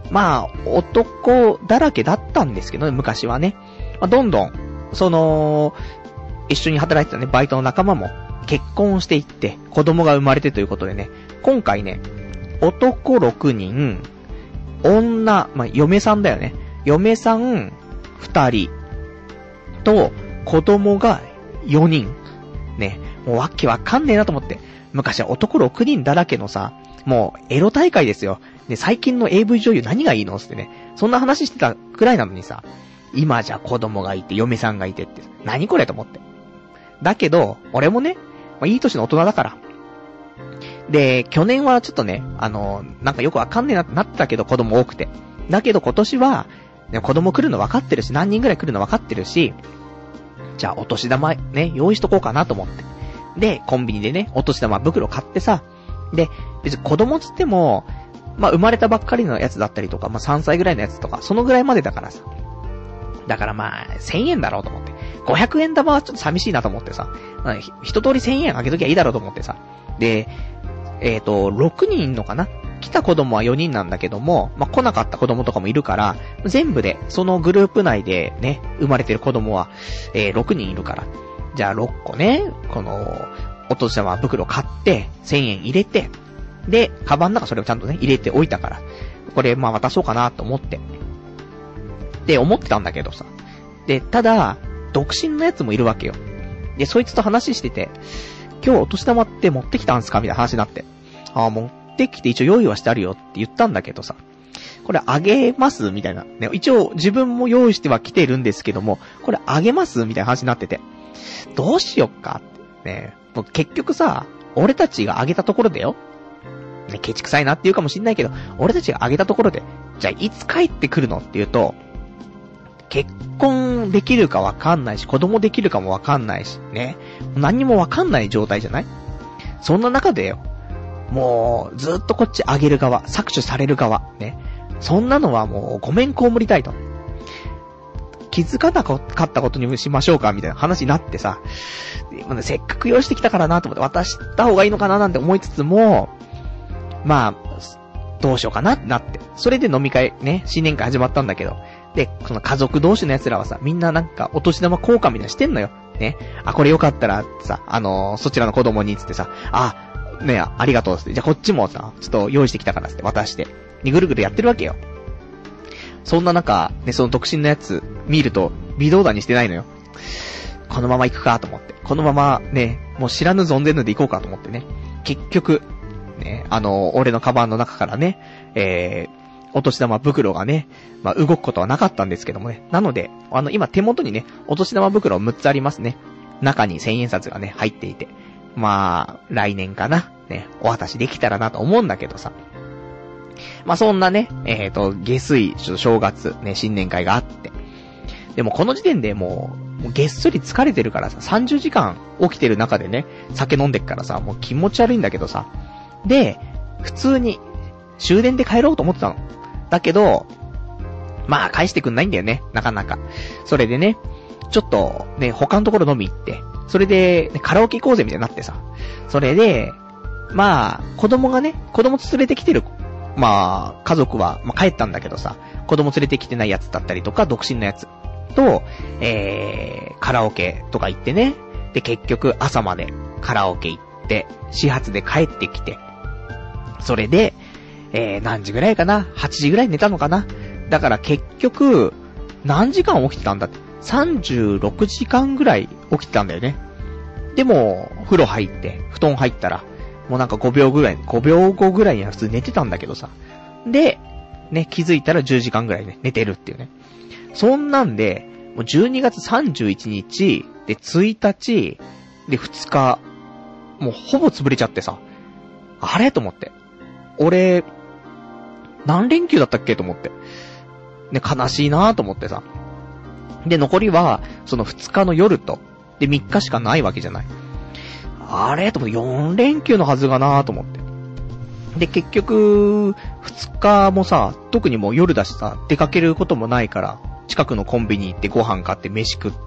まあ、男だらけだったんですけどね、昔はね。まあ、どんどん、その、一緒に働いてたね、バイトの仲間も結婚していって、子供が生まれてということでね、今回ね、男ろくにん、女、まあ、嫁さんだよね。嫁さんふたりと子供がよにん。ね、もうわけわかんねえなと思って。昔は男ろくにんだらけのさ、もうエロ大会ですよ。で、最近の エーブイ 女優何がいいのってね、そんな話してたくらいなのにさ、今じゃ子供がいて、嫁さんがいてって、何これと思って。だけど、俺もね、まあ、いい年の大人だから。で、去年はちょっとね、あの、なんかよくわかんねえなってなってたけど、子供多くて。だけど今年は、ね、子供来るの分かってるし、何人ぐらい来るの分かってるし、じゃあお年玉ね、用意しとこうかなと思って。で、コンビニでね、お年玉袋買ってさ、で、別に子供つっても、まあ、生まれたばっかりのやつだったりとか、まあ、さんさいぐらいのやつとか、そのぐらいまでだからさ。だからまあ、せんえんだろうと思って。ごひゃくえん玉はちょっと寂しいなと思ってさ、まあ、一通りせんえんあげときゃいいだろうと思ってさ。で、えっと、ろくにんいんのかな？来た子供はよにんなんだけども、まあ、来なかった子供とかもいるから、全部で、そのグループ内でね、生まれてる子供は、えー、ろくにんいるから。じゃあろっこね、この、お年玉袋買って、せんえん入れて、で、カバンの中それをちゃんとね、入れておいたから、これまあ渡そうかなと思って。で、思ってたんだけどさ。で、ただ、独身のやつもいるわけよ。で、そいつと話してて、今日お年玉って持ってきたんすかみたいな話になって。ああ、持ってきて一応用意はしてあるよって言ったんだけどさ。これあげますみたいな。ね、一応自分も用意しては来てるんですけども、これあげますみたいな話になってて。どうしよっかって。ね、もう結局さ、俺たちがあげたところだよ。ね、ケチくさいなって言うかもしんないけど、俺たちがあげたところで、じゃあいつ帰ってくるのって言うと、結婚できるかわかんないし、子供できるかもわかんないし、ね。何にもわかんない状態じゃない？そんな中でよ、もう、ずっとこっちあげる側、搾取される側、ね。そんなのはもう、ごめんこむりたいと。気づかなかったことにしましょうかみたいな話になってさ、せっかく用意してきたからなと思って渡した方がいいのかななんて思いつつも、まあ、どうしようかなってなって。それで飲み会、ね、新年会始まったんだけど。で、その家族同士の奴らはさ、みんななんかお年玉交換みたいなしてんのよ。ね。あ、これよかったら、さ、あのー、そちらの子供に、つってさ、あ、ね、ありがとう、つって。じゃあこっちもさ、ちょっと用意してきたから、つって渡して。にぐるぐるやってるわけよ。そんな中、ね、その独身のやつ、見ると、微動だにしてないのよ。このまま行くかと思って。このまま、ね、もう知らぬ存ぜぬで行こうかと思ってね。結局、ね、あのー、俺のカバンの中からね、えー、お年玉袋がね、まあ、動くことはなかったんですけどもね。なので、あの、今手元にね、お年玉袋むっつありますね。中に千円札がね、入っていて。まあ、来年かな。ね、お渡しできたらなと思うんだけどさ。まあ、そんなね、えっと、下水、ちょっと正月、ね、新年会があって。でもこの時点でもう、もうげっそり疲れてるからさ、さんじゅうじかん起きてる中でね、酒飲んでっからさ、もう気持ち悪いんだけどさ。で、普通に、終電で帰ろうと思ってたの。だけど、まあ返してくんないんだよね、なかなか。それでね、ちょっとね、他のところ飲み行って、それで、ね、カラオケ行こうぜみたいになってさ。それで、まあ、子供がね、子供連れてきてる、まあ、家族は、まあ帰ったんだけどさ、子供連れてきてないやつだったりとか、独身のやつと、えー、カラオケとか行ってね。で、結局朝までカラオケ行って、始発で帰ってきて、それで、えー、何時ぐらいかな ?はち 時ぐらいに寝たのかな。だから結局、何時間起きてたんだって。さんじゅうろくじかんぐらい起きてたんだよね。でも、風呂入って、布団入ったら、もうなんかごびょうぐらい、ごびょうごぐらいには普通寝てたんだけどさ。で、ね、気づいたらじゅうじかんぐらいね、寝てるっていうね。そんなんで、もうじゅうにがつさんじゅういちにち、で、ついたち、で、ふつか、もうほぼ潰れちゃってさ。あれと思って。俺、何連休だったっけと思って。ね、悲しいなぁと思ってさ。で、残りは、そのふつかの夜と、で、みっかしかないわけじゃない。あれと思って、よん連休のはずがなぁと思って。で、結局、ふつかもさ、特にもう夜だしさ、出かけることもないから、近くのコンビニ行ってご飯買って飯食って、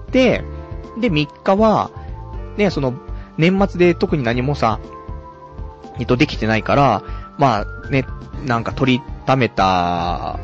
で、みっかは、ね、その、年末で特に何もさ、えっと、できてないから、まあ、ね、なんか取りためた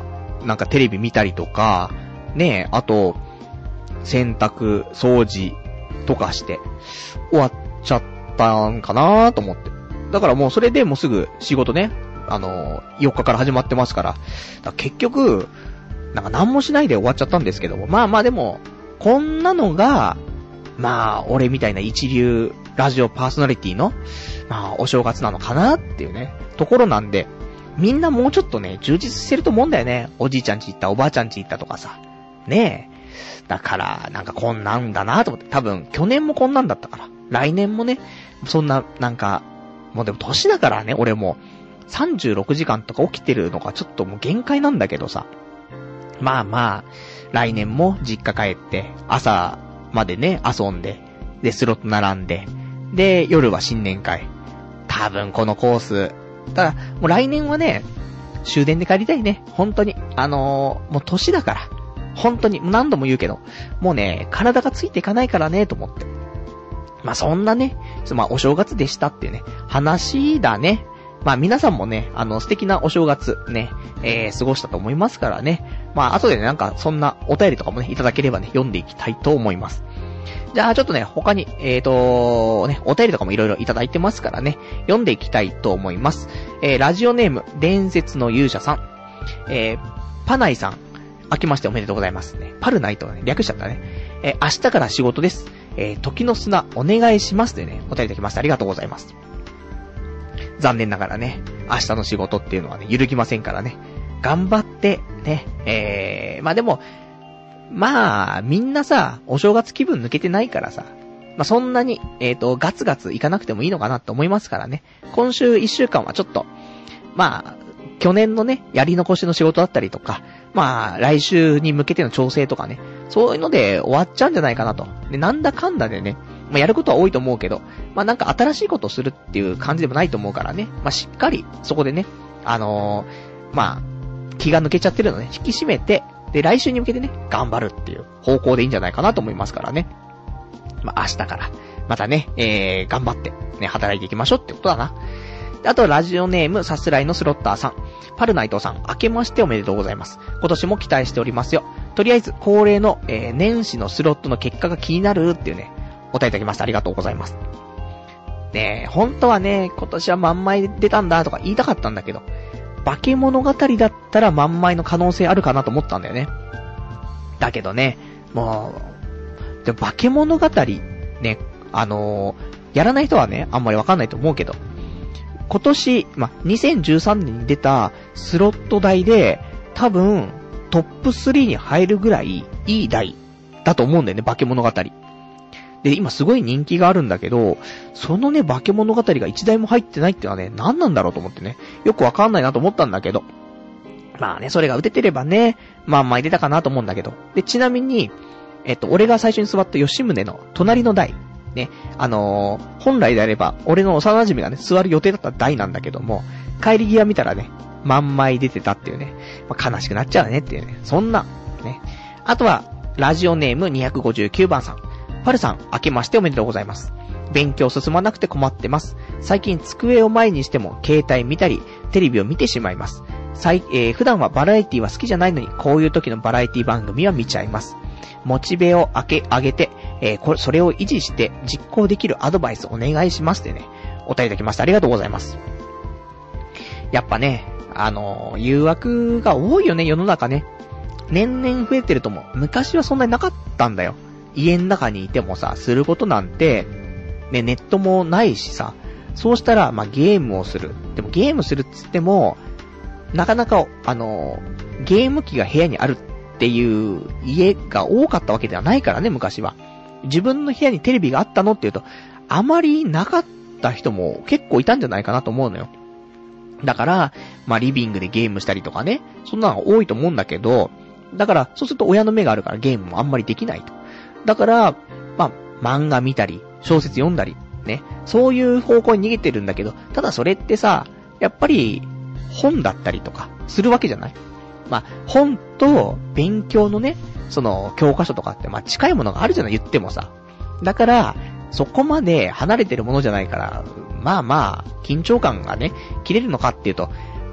なんかテレビ見たりとか、ね、あと、洗濯、掃除とかして、終わっちゃったんかなと思って。だからもうそれでもうすぐ仕事ね、あの、よっかから始まってますから、だから結局、なんか何もしないで終わっちゃったんですけども、まあまあでも、こんなのが、まあ、俺みたいな一流ラジオパーソナリティの、まあ、お正月なのかなっていうね、ところなんで、みんなもうちょっとね、充実してると思うんだよね。おじいちゃんち行った、おばあちゃんち行ったとかさ。ねえ。だから、なんかこんなんだなと思って、多分、去年もこんなんだったから。来年もね、そんな、なんか、もうでも年だからね、俺も、さんじゅうろくじかんとか起きてるのがちょっともう限界なんだけどさ。まあまあ、来年も実家帰って、朝までね、遊んで、で、スロット並んで、で、夜は新年会。多分このコース。ただ、もう来年はね、終電で帰りたいね。本当に。あのー、もう年だから。本当に、何度も言うけど、もうね、体がついていかないからね、と思って。まあそんなね、まあお正月でしたっていうね、話だね。まあ皆さんもね、あの素敵なお正月ね、えー、過ごしたと思いますからね。まあ後でね、なんかそんなお便りとかもね、いただければね、読んでいきたいと思います。じゃあちょっとね、他に、えーと、ね、お便りとかもいろいろいただいてますからね、読んでいきたいと思います。えー、ラジオネーム、伝説の勇者さん。えー、パナイさん。明けましておめでとうございますね。パルナイトね、略しちゃったね。えー、明日から仕事です。えー、時の砂お願いしますというね、お便りいただきました。ありがとうございます。残念ながらね、明日の仕事っていうのはね、揺るぎませんからね。頑張って、ね、えー、まあでも、まあ、みんなさ、お正月気分抜けてないからさ、まあそんなに、えっと、ガツガツいかなくてもいいのかなって思いますからね。今週一週間はちょっと、まあ、去年のね、やり残しの仕事だったりとか、まあ、来週に向けての調整とかね、そういうので終わっちゃうんじゃないかなと。で、なんだかんだでね、まあやることは多いと思うけど、まあなんか新しいことをするっていう感じでもないと思うからね、まあしっかり、そこでね、あのー、まあ、気が抜けちゃってるのね、引き締めて、で、来週に向けてね、頑張るっていう方向でいいんじゃないかなと思いますからね。まあ明日から、またね、えー、頑張って、ね、働いていきましょうってことだな。あと、ラジオネーム、さすらいのスロッターさん。パルナイトさん、明けましておめでとうございます。今年も期待しておりますよ。とりあえず、恒例の、えー、年始のスロットの結果が気になるっていうね、お答えいただきました。ありがとうございます。ねえ、本当はね、今年は万枚出たんだとか言いたかったんだけど、化け物語だったら万枚の可能性あるかなと思ったんだよね。だけどね、もう、でも化け物語、ね、あのー、やらない人はね、あんまりわかんないと思うけど、今年、ま、にせんじゅうさんねんに出たスロット台で、多分、トップスリーに入るぐらいいい台だと思うんだよね、化け物語。で、今すごい人気があるんだけど、そのね、化け物語が一台も入ってないっていうのはね、何なんだろうと思ってね、よくわかんないなと思ったんだけど。まあね、それが打ててればね、まあ前出たかなと思うんだけど。で、ちなみに、えっと、俺が最初に座った吉宗の隣の台。ね、あのー、本来であれば、俺の幼馴染がね、座る予定だった台なんだけども、帰り際見たらね、万枚出てたっていうね、まあ、悲しくなっちゃうねっていうね、そんな、ね。あとは、ラジオネームにひゃくごじゅうきゅうばんさん。パルさん、明けましておめでとうございます。勉強進まなくて困ってます。最近机を前にしても、携帯見たり、テレビを見てしまいます。最、えー、普段はバラエティは好きじゃないのに、こういう時のバラエティ番組は見ちゃいます。モチベを上げ、上げて、えー、これ、それを維持して実行できるアドバイスお願いしますってね、お答えいただきました。ありがとうございます。やっぱね、あのー、誘惑が多いよね、世の中ね。年々増えてると思う。昔はそんなになかったんだよ。家の中にいてもさ、することなんて、ね、ネットもないしさ、そうしたら、まあ、ゲームをする。でもゲームするっつっても、なかなか、あのー、ゲーム機が部屋にあるっていう家が多かったわけではないからね、昔は。自分の部屋にテレビがあったのっていうと、あまりなかった人も結構いたんじゃないかなと思うのよ。だから、まあ、リビングでゲームしたりとかね、そんなのが多いと思うんだけど、だから、そうすると親の目があるからゲームもあんまりできないと。だから、まあ、漫画見たり、小説読んだり、ね、そういう方向に逃げてるんだけど、ただそれってさ、やっぱり、本だったりとか、するわけじゃない？まあ、本と勉強のね、その、教科書とかって、まあ、近いものがあるじゃない、言ってもさ。だから、そこまで離れてるものじゃないから、まあまあ、緊張感がね、切れるのかっていうと、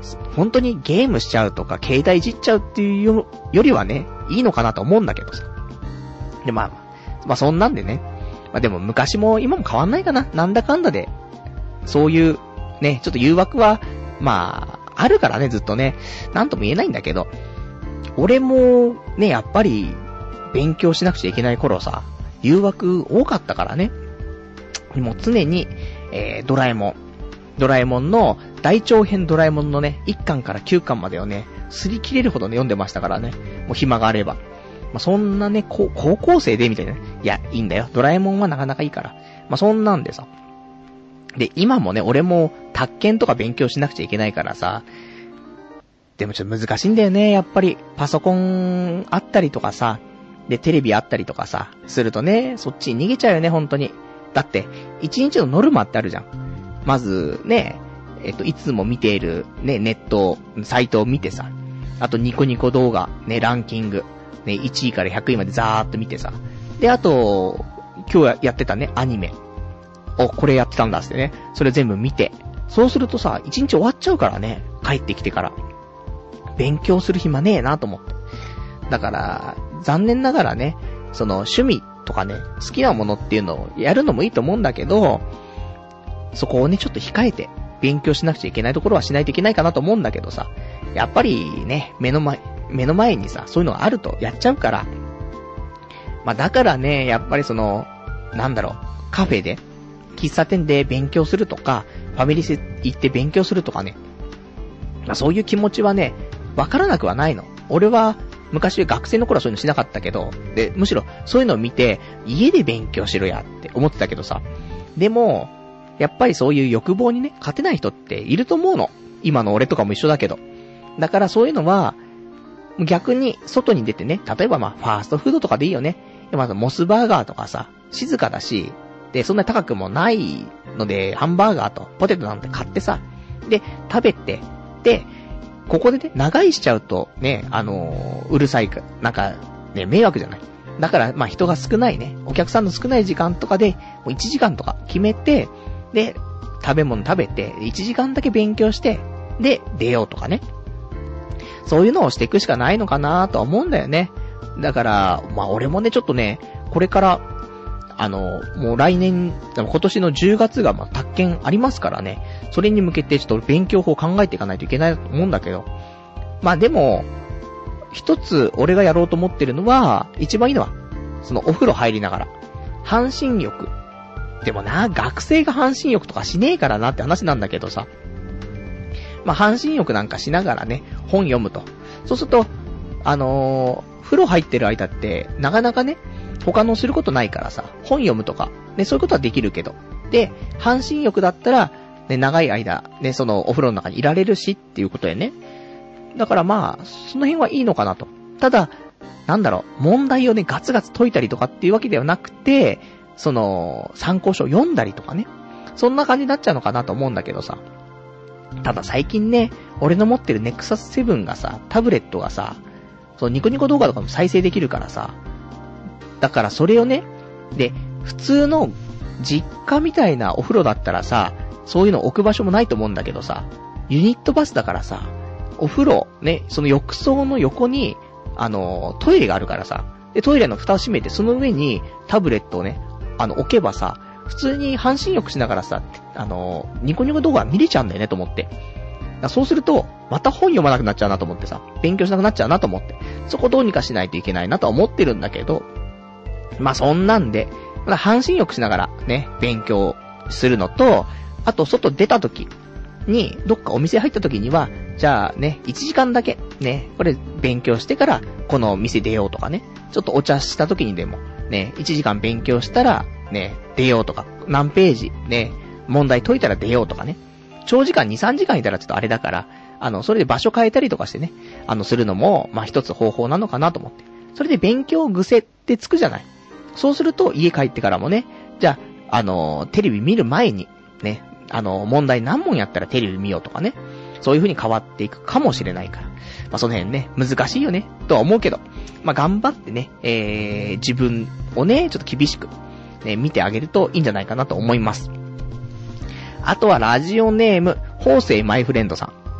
本当にゲームしちゃうとか、携帯いじっちゃうっていう よ, よりはね、いいのかなと思うんだけどさ。で、まあ、まあそんなんでね。まあでも昔も今も変わんないかな。なんだかんだで、そういうね、ちょっと誘惑は、まあ、あるからね、ずっとね。なんとも言えないんだけど、俺もね、やっぱり、勉強しなくちゃいけない頃さ、誘惑多かったからね。もう常に、えー、ドラえもん。ドラえもんの、大長編ドラえもんのね、いっかんからきゅうかんまでをね、擦り切れるほどね、読んでましたからね。もう暇があれば。まあ、そんなね、高校生でみたいなね。いや、いいんだよ。ドラえもんはなかなかいいから。まあ、そんなんでさ。で、今もね、俺も、宅建とか勉強しなくちゃいけないからさ。でもちょっと難しいんだよね、やっぱり。パソコンあったりとかさ。で、テレビあったりとかさ。するとね、そっちに逃げちゃうよね、本当に。だって、一日のノルマってあるじゃん。まず、ね、えっと、いつも見ている、ね、ネット、サイトを見てさ。あと、ニコニコ動画、ね、ランキング。ね、いちいからひゃくいまでザーっと見てさ。で、あと、今日やってたね、アニメ。お、これやってたんだってね。それ全部見て。そうするとさ、一日終わっちゃうからね。帰ってきてから。勉強する暇ねえなと思って。だから、残念ながらね、その趣味とかね、好きなものっていうのをやるのもいいと思うんだけど、そこをね、ちょっと控えて、勉強しなくちゃいけないところはしないといけないかなと思うんだけどさ、やっぱりね、目の前、目の前にさ、そういうのがあるとやっちゃうから、まあだからね、やっぱりその、なんだろう、カフェで、喫茶店で勉強するとか、ファミレス行って勉強するとかね、まあそういう気持ちはね、わからなくはないの。俺は、昔学生の頃はそういうのしなかったけど、で、むしろそういうのを見て、家で勉強しろやって思ってたけどさ、でも、やっぱりそういう欲望にね、勝てない人っていると思うの。今の俺とかも一緒だけど。だからそういうのは、逆に外に出てね、例えばまあ、ファーストフードとかでいいよね。まずモスバーガーとかさ、静かだし、で、そんな高くもないので、ハンバーガーとポテトなんて買ってさ、で、食べて、で、ここでね、長居しちゃうとね、あのー、うるさいか、なんか、ね、迷惑じゃない。だから、まあ人が少ないね、お客さんの少ない時間とかで、もういちじかんとか決めて、で、食べ物食べて、いちじかんだけ勉強して、で、出ようとかね。そういうのをしていくしかないのかなとは思うんだよね。だから、まあ俺もね、ちょっとね、これから、あの、もう来年、今年のじゅうがつがまあ宅建ありますからね、それに向けてちょっと勉強法考えていかないといけないと思うんだけど。まあでも、一つ俺がやろうと思ってるのは、一番いいのは、そのお風呂入りながら、半身浴。でもな、学生が半身浴とかしねえからなって話なんだけどさ。まあ半身浴なんかしながらね、本読むと。そうすると、あのー、風呂入ってる間って、なかなかね、他のすることないからさ、本読むとか、ね、そういうことはできるけど。で、半身浴だったら、ね、長い間、ね、そのお風呂の中にいられるしっていうことでね。だからまあ、その辺はいいのかなと。ただ、なんだろう、問題をね、ガツガツ解いたりとかっていうわけではなくて、その、参考書を読んだりとかね。そんな感じになっちゃうのかなと思うんだけどさ。ただ最近ね、俺の持ってるネクサスセブンがさ、タブレットがさ、そのニコニコ動画とかも再生できるからさ。だからそれをね、で、普通の実家みたいなお風呂だったらさ、そういうの置く場所もないと思うんだけどさ、ユニットバスだからさ、お風呂、ね、その浴槽の横に、あの、トイレがあるからさ、で、トイレの蓋を閉めて、その上にタブレットをね、あの、置けばさ、普通に半身浴しながらさ、あの、ニコニコ動画見れちゃうんだよねと思って。そうすると、また本読まなくなっちゃうなと思ってさ、勉強しなくなっちゃうなと思って、そこどうにかしないといけないなとは思ってるんだけど、まあ、そんなんで、まだ半身浴しながらね、勉強するのと、あと外出た時に、どっかお店入った時には、じゃあね、いちじかんだけ、ね、これ勉強してから、この店出ようとかね、ちょっとお茶した時にでも、ね、いちじかん勉強したら、ね、出ようとか、何ページ、ね、問題解いたら出ようとかね、長時間に、さんじかんいたらちょっとあれだから、あの、それで場所変えたりとかしてね、あの、するのも、まあ、一つ方法なのかなと思って。それで勉強癖ってつくじゃない。そうすると、家帰ってからもね、じゃあ、あの、テレビ見る前に、ね、あの、問題何問やったらテレビ見ようとかね、そういう風に変わっていくかもしれないから。まあ、その辺ね、難しいよね、とは思うけど、まあ、頑張ってね、えー、自分をね、ちょっと厳しく、ね、見てあげるといいんじゃないかなと思います。あとはラジオネーム、法政マイフレンドさん。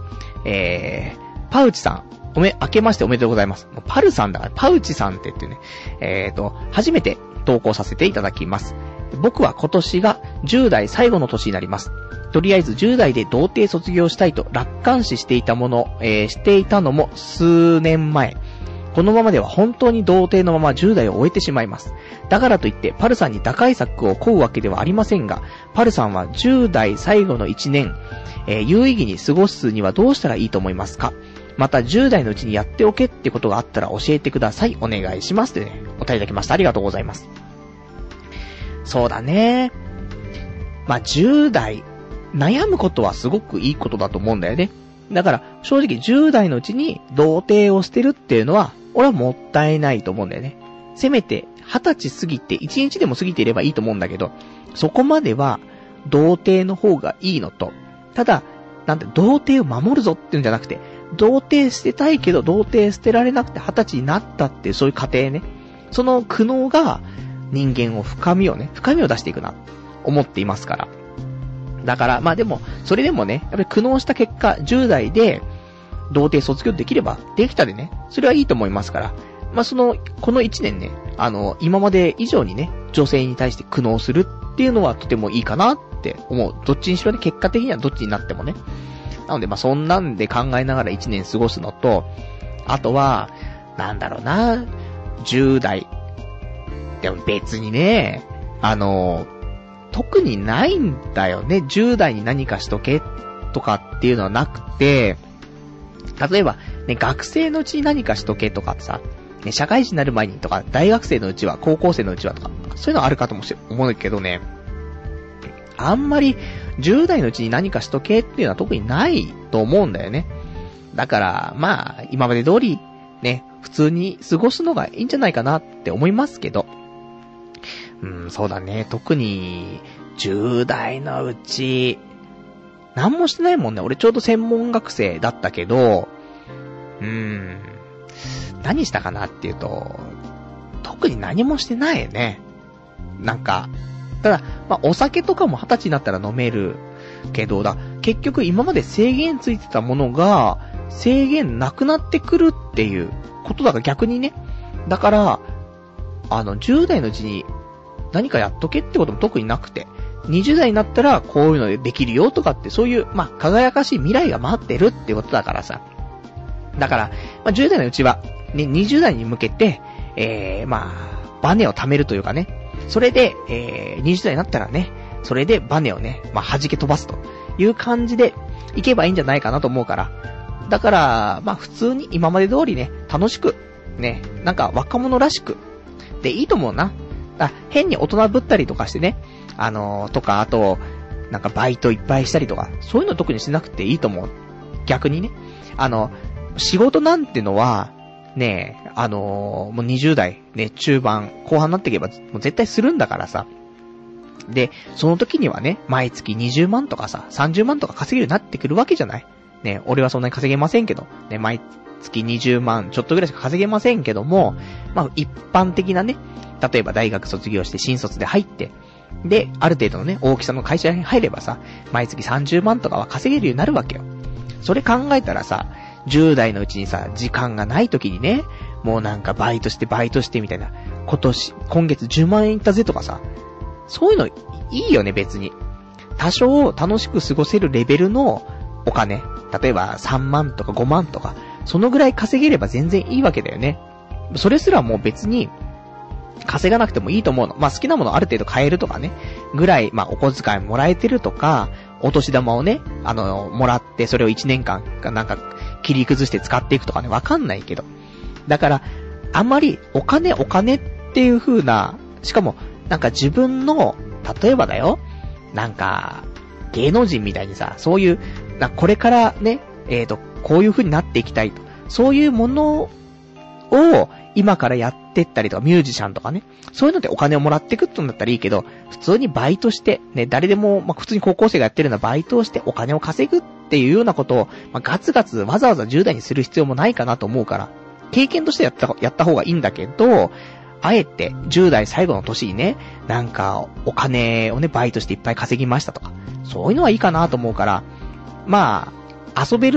えー、パウチさん、おめ、明けましておめでとうございます。もうパルさんだから、パウチさんって言ってね、えーと、初めて投稿させていただきます。僕は今年がじゅう代最後の年になります。とりあえずじゅう代で童貞卒業したいと楽観視していたもの、えー、していたのも数年前。このままでは本当に童貞のままじゅう代を終えてしまいます。だからといってパルさんに打開策を請うわけではありませんが、パルさんはじゅう代最後のいちねん、えー、有意義に過ごすにはどうしたらいいと思いますか？またじゅう代のうちにやっておけってことがあったら教えてください。お願いします。というね、お便りいただきました。ありがとうございます。そうだね。まあ、じゅう代、悩むことはすごくいいことだと思うんだよね。だから、正直じゅう代のうちに童貞を捨てるっていうのは、俺はもったいないと思うんだよね。せめて、はたち過ぎて、いちにちでも過ぎていればいいと思うんだけど、そこまでは、童貞の方がいいのと、ただ、なんて、童貞を守るぞっていうんじゃなくて、童貞捨てたいけど、童貞捨てられなくてはたちになったっていう、そういう過程ね。その苦悩が、人間を深みをね、深みを出していくな、思っていますから。だから、まあでも、それでもね、やっぱり苦悩した結果、じゅう代で、童貞卒業できれば、できたでね、それはいいと思いますから。まあその、このいちねんね、あの、今まで以上にね、女性に対して苦悩するっていうのはとてもいいかなって思う。どっちにしろね、結果的にはどっちになってもね。なので、まあそんなんで考えながらいちねん過ごすのと、あとは、なんだろうな、じゅう代。でも別にね、あの、特にないんだよね。じゅう代に何かしとけとかっていうのはなくて、例えば、ね、学生のうちに何かしとけとかさ、ね、社会人になる前にとか、大学生のうちは、高校生のうちはとか、そういうのあるかと思うけどね、あんまりじゅう代のうちに何かしとけっていうのは特にないと思うんだよね。だから、まあ、今まで通り、ね、普通に過ごすのがいいんじゃないかなって思いますけど、うん、そうだね。特に、じゅう代のうち、何もしてないもんね。俺ちょうど専門学生だったけど、うーん、何したかなっていうと、特に何もしてないね。なんか、ただ、まあ、お酒とかも二十歳になったら飲めるけど、だ、結局今まで制限ついてたものが、制限なくなってくるっていうことだから逆にね。だから、あの、じゅう代のうちに、何かやっとけってことも特になくて、にじゅう代になったらこういうのでできるよとかって、そういう、まあ、輝かしい未来が待ってるってことだからさ。だから、まあ、じゅう代のうちは、ね、にじゅう代に向けて、えー、まあ、バネを貯めるというかね。それで、えー、にじゅう代になったらね、それでバネをね、まあ、弾け飛ばすという感じでいけばいいんじゃないかなと思うから。だから、まあ、普通に今まで通りね、楽しく、ね、なんか若者らしく、でいいと思うな。あ、変に大人ぶったりとかしてね、あのー、とか、あと、なんかバイトいっぱいしたりとか、そういうの特にしなくていいと思う。逆にね。あの、仕事なんてのは、ねえ、あのー、もうにじゅう代、ね、中盤、後半になっていけば、もう絶対するんだからさ。で、その時にはね、毎月にじゅうまんとかさ、さんじゅうまんとか稼げるようになってくるわけじゃない。ね、俺はそんなに稼げませんけど、ね、毎月にじゅうまんちょっとぐらいしか稼げませんけども、まあ、一般的なね、例えば大学卒業して新卒で入って、で、ある程度のね、大きさの会社に入ればさ、毎月さんじゅうまんとかは稼げるようになるわけよ。それ考えたらさ、じゅう代のうちにさ、時間がない時にね、もうなんかバイトしてバイトしてみたいな、今年、今月じゅうまんえんいったぜとかさ、そういうのいいよね別に。多少楽しく過ごせるレベルのお金、例えばさんまんとかごまんとか、そのぐらい稼げれば全然いいわけだよね。それすらもう別に、稼がなくてもいいと思うの。まあ好きなものある程度買えるとかね、ぐらい、まあお小遣いもらえてるとか、お年玉をね、あの、もらって、それをいちねんかんかなんか切り崩して使っていくとかね、わかんないけど。だから、あんまりお金お金っていう風な、しかも、なんか自分の、例えばだよ、なんか、芸能人みたいにさ、そういう、なこれからね、えーと、こういう風になっていきたいと。そういうものを、今からやってったりとか、ミュージシャンとかね、そういうのでお金をもらってくってんだったらいいけど、普通にバイトして、ね、誰でも、まあ、普通に高校生がやってるようなバイトをしてお金を稼ぐっていうようなことを、まあ、ガツガツわざわざじゅう代にする必要もないかなと思うから、経験としてやった、やった方がいいんだけど、あえてじゅう代最後の年にね、なんかお金をね、バイトしていっぱい稼ぎましたとか、そういうのはいいかなと思うから、まあ、遊べるのっ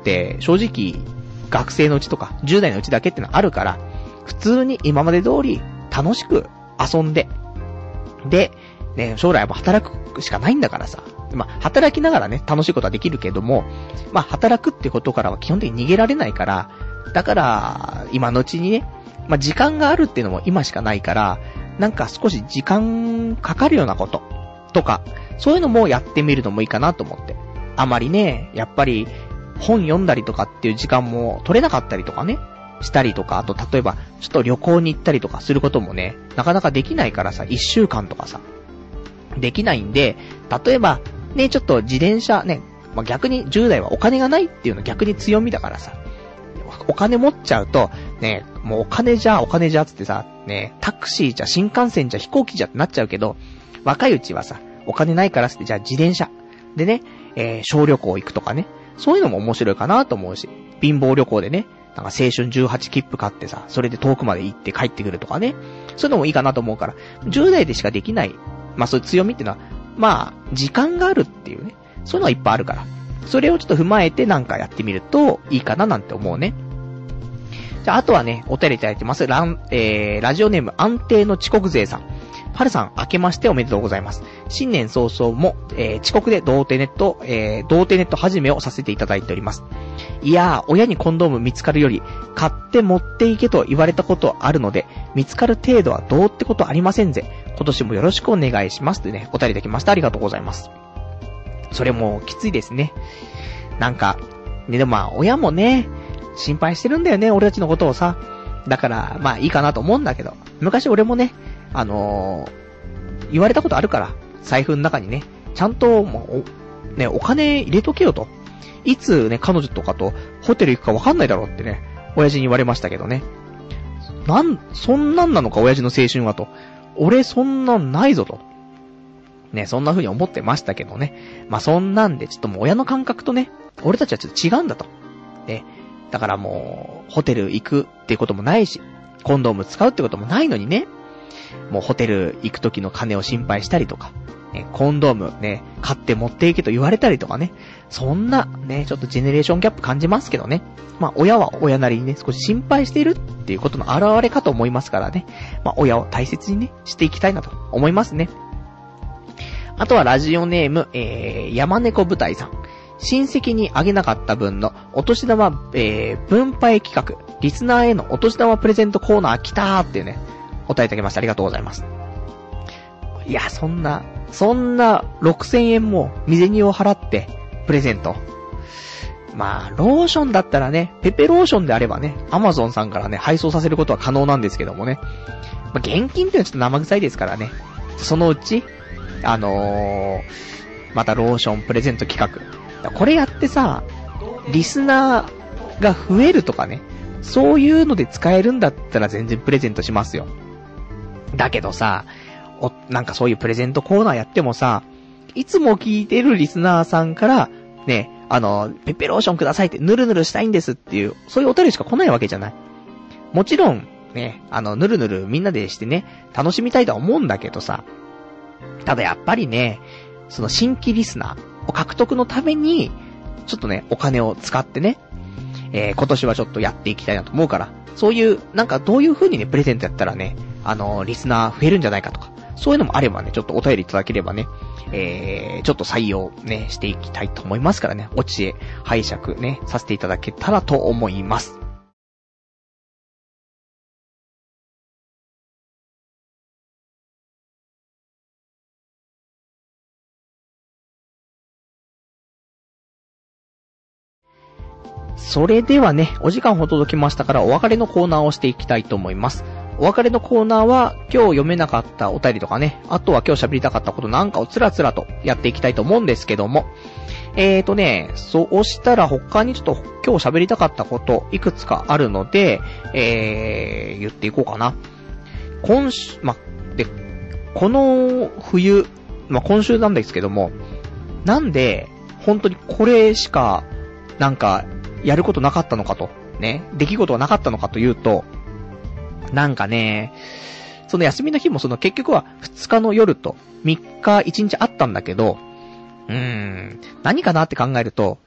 って正直学生のうちとかじゅう代のうちだけってのはあるから、普通に今まで通り楽しく遊んで、で、ね、将来は働くしかないんだからさ。まあ、働きながらね、楽しいことはできるけども、まあ、働くってことからは基本的に逃げられないから、だから、今のうちにね、まあ、時間があるっていうのも今しかないから、なんか少し時間かかるようなこと、とか、そういうのもやってみるのもいいかなと思って。あまりね、やっぱり、本読んだりとかっていう時間も取れなかったりとかね、したりとか、あと例えば、ちょっと旅行に行ったりとかすることもね、なかなかできないからさ、一週間とかさ、できないんで、例えば、ね、ちょっと自転車ね、まあ、逆にじゅう代はお金がないっていうの逆に強みだからさ、お金持っちゃうと、ね、もうお金じゃお金じゃつってさ、ね、タクシーじゃ新幹線じゃ飛行機じゃってなっちゃうけど、若いうちはさ、お金ないからって、じゃあ自転車でね、えー、小旅行行くとかね、そういうのも面白いかなと思うし、貧乏旅行でね、なんか青春じゅうはち切符買ってさ、それで遠くまで行って帰ってくるとかね、そういうのもいいかなと思うから、じゅう代でしかできない、まあそういう強みっていうのは、まあ、時間があるっていうね、そういうのはいっぱいあるから、それをちょっと踏まえてなんかやってみるといいかななんて思うね。じゃあ、あとはね、お便りいただいてます。ラン、えー、ラジオネーム安定の遅刻勢さん。パルさん、明けましておめでとうございます。新年早々も、えー、遅刻で童貞ネット、えー、童貞ネット始めをさせていただいております。いやー、親にコンドーム見つかるより、買って持っていけと言われたことあるので、見つかる程度はどうってことありませんぜ。今年もよろしくお願いします。というね、お便りいただきました。ありがとうございます。それもきついですね。なんか、ね、でもまあ、親もね、心配してるんだよね、俺たちのことをさ。だから、まあいいかなと思うんだけど、昔俺もね、あのー、言われたことあるから、財布の中にね、ちゃんと、もう、ね、お金入れとけよと。いつね、彼女とかとホテル行くかわかんないだろうってね、親父に言われましたけどね。なん、そんなんなのか、親父の青春はと。俺そんなんないぞと。ね、そんな風に思ってましたけどね。まあそんなんで、ちょっともう親の感覚とね、俺たちはちょっと違うんだと。ね。だからもう、ホテル行くっていうこともないし、コンドーム使うってこともないのにね、もうホテル行く時の金を心配したりとか、ね、コンドームね、買って持っていけと言われたりとかね、そんなね、ちょっとジェネレーションギャップ感じますけどね。まあ親は親なりにね、少し心配しているっていうことの表れかと思いますからね。まあ親を大切にね、していきたいなと思いますね。あとはラジオネーム、えー、山猫舞台さん。親戚にあげなかった分のお年玉、えー、分配企画、リスナーへのお年玉プレゼントコーナー来たーっていうね、お答えいただきました。ありがとうございます。いや、そんな、そんなろくせんえんも未銭を払ってプレゼント。まあ、ローションだったらね、ペペローションであればね、アマゾンさんからね、配送させることは可能なんですけどもね。まあ、現金っていうのはちょっと生臭いですからね。そのうち、あのー、またローションプレゼント企画。これやってさ、リスナーが増えるとかね、そういうので使えるんだったら全然プレゼントしますよ。だけどさ、お、なんかそういうプレゼントコーナーやってもさ、いつも聞いてるリスナーさんから、ね、あの、ペペローションくださいってヌルヌルしたいんですっていう、そういうお便りしか来ないわけじゃない。もちろん、ね、あの、ヌルヌルみんなでしてね、楽しみたいとは思うんだけどさ、ただやっぱりね、その新規リスナー、獲得のために、ちょっとね、お金を使ってね、えー、今年はちょっとやっていきたいなと思うから、そういう、なんかどういう風にね、プレゼントやったらね、あのー、リスナー増えるんじゃないかとか、そういうのもあればね、ちょっとお便りいただければね、えー、ちょっと採用ね、していきたいと思いますからね、お知恵、拝借ね、させていただけたらと思います。それではね、お時間ほど届きましたからお別れのコーナーをしていきたいと思います。お別れのコーナーは今日読めなかったお便りとかね、あとは今日喋りたかったことなんかをつらつらとやっていきたいと思うんですけども、えーとね、そうしたら他にちょっと今日喋りたかったこといくつかあるので、えー、言っていこうかな。今週、ま、で、この冬、ま、今週なんですけども、なんで本当にこれしかなんかやることなかったのかと、ね、出来事はなかったのかというと、なんかね、その休みの日もその結局はふつかの夜とみっかいちにちあったんだけど、うーん、何かなって考えると、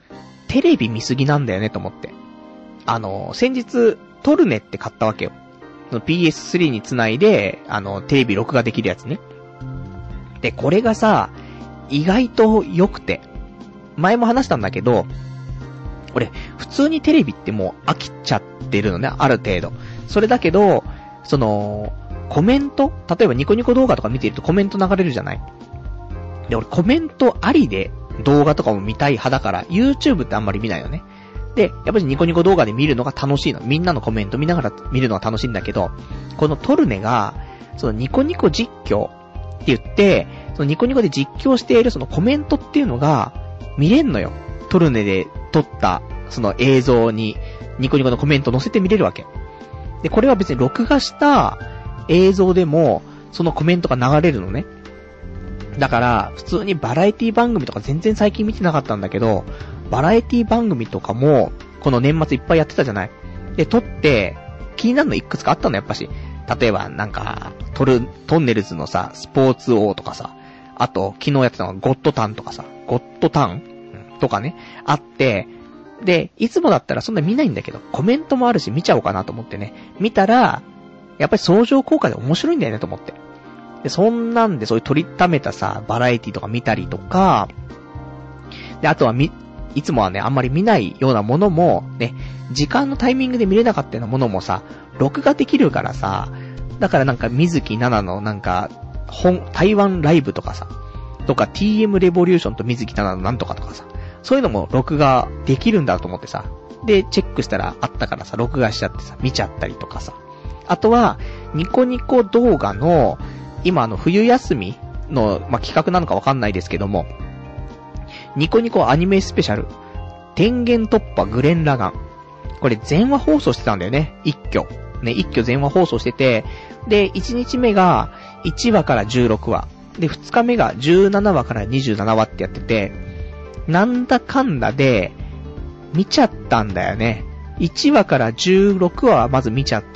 テレビ見すぎなんだよねと思って。あの、先日、トルネって買ったわけよ。ピーエススリー につないで、あの、テレビ録画できるやつね。で、これがさ、意外と良くて。前も話したんだけど、俺、普通にテレビってもう飽きちゃってるのね、ある程度。それだけど、その、コメント例えばニコニコ動画とか見ているとコメント流れるじゃない。で、俺コメントありで動画とかも見たい派だから、YouTube ってあんまり見ないよね。で、やっぱりニコニコ動画で見るのが楽しいの。みんなのコメント見ながら見るのが楽しいんだけど、このトルネが、そのニコニコ実況って言って、そのニコニコで実況しているそのコメントっていうのが見れんのよ。トルネで撮ったその映像にニコニコのコメント載せて見れるわけ。で、これは別に録画した映像でもそのコメントが流れるのね。だから普通にバラエティ番組とか全然最近見てなかったんだけど、バラエティ番組とかもこの年末いっぱいやってたじゃない。で、撮って気になるのいくつかあったのやっぱし。例えばなんかトルトンネルズのさスポーツ王とかさ、あと昨日やってたのがゴッドタンとかさ、ゴッドタン、うん、とかねあって、でいつもだったらそんな見ないんだけどコメントもあるし見ちゃおうかなと思ってね、見たらやっぱり相乗効果で面白いんだよねと思って。でそんなんでそういう取りためたさバラエティとか見たりとかで、あとはみいつもはねあんまり見ないようなものもね、時間のタイミングで見れなかったようなものもさ録画できるからさ、だからなんか水木奈々のなんか本台湾ライブとかさとか ティーエム レボリューションと水木奈々のなんとかとかさ、そういうのも録画できるんだと思ってさ、でチェックしたらあったからさ録画しちゃってさ見ちゃったりとかさ、あとはニコニコ動画の今あの冬休みのまあ、企画なのかわかんないですけども、ニコニコアニメスペシャル天元突破グレンラガン、これ全話放送してたんだよね、一挙ね、一挙全話放送してて、でいちにちめがいちわからじゅうろくわで、ふつかめがじゅうななわからにじゅうななわってやってて、なんだかんだで見ちゃったんだよね。いちわからじゅうろくわはまず見ちゃって、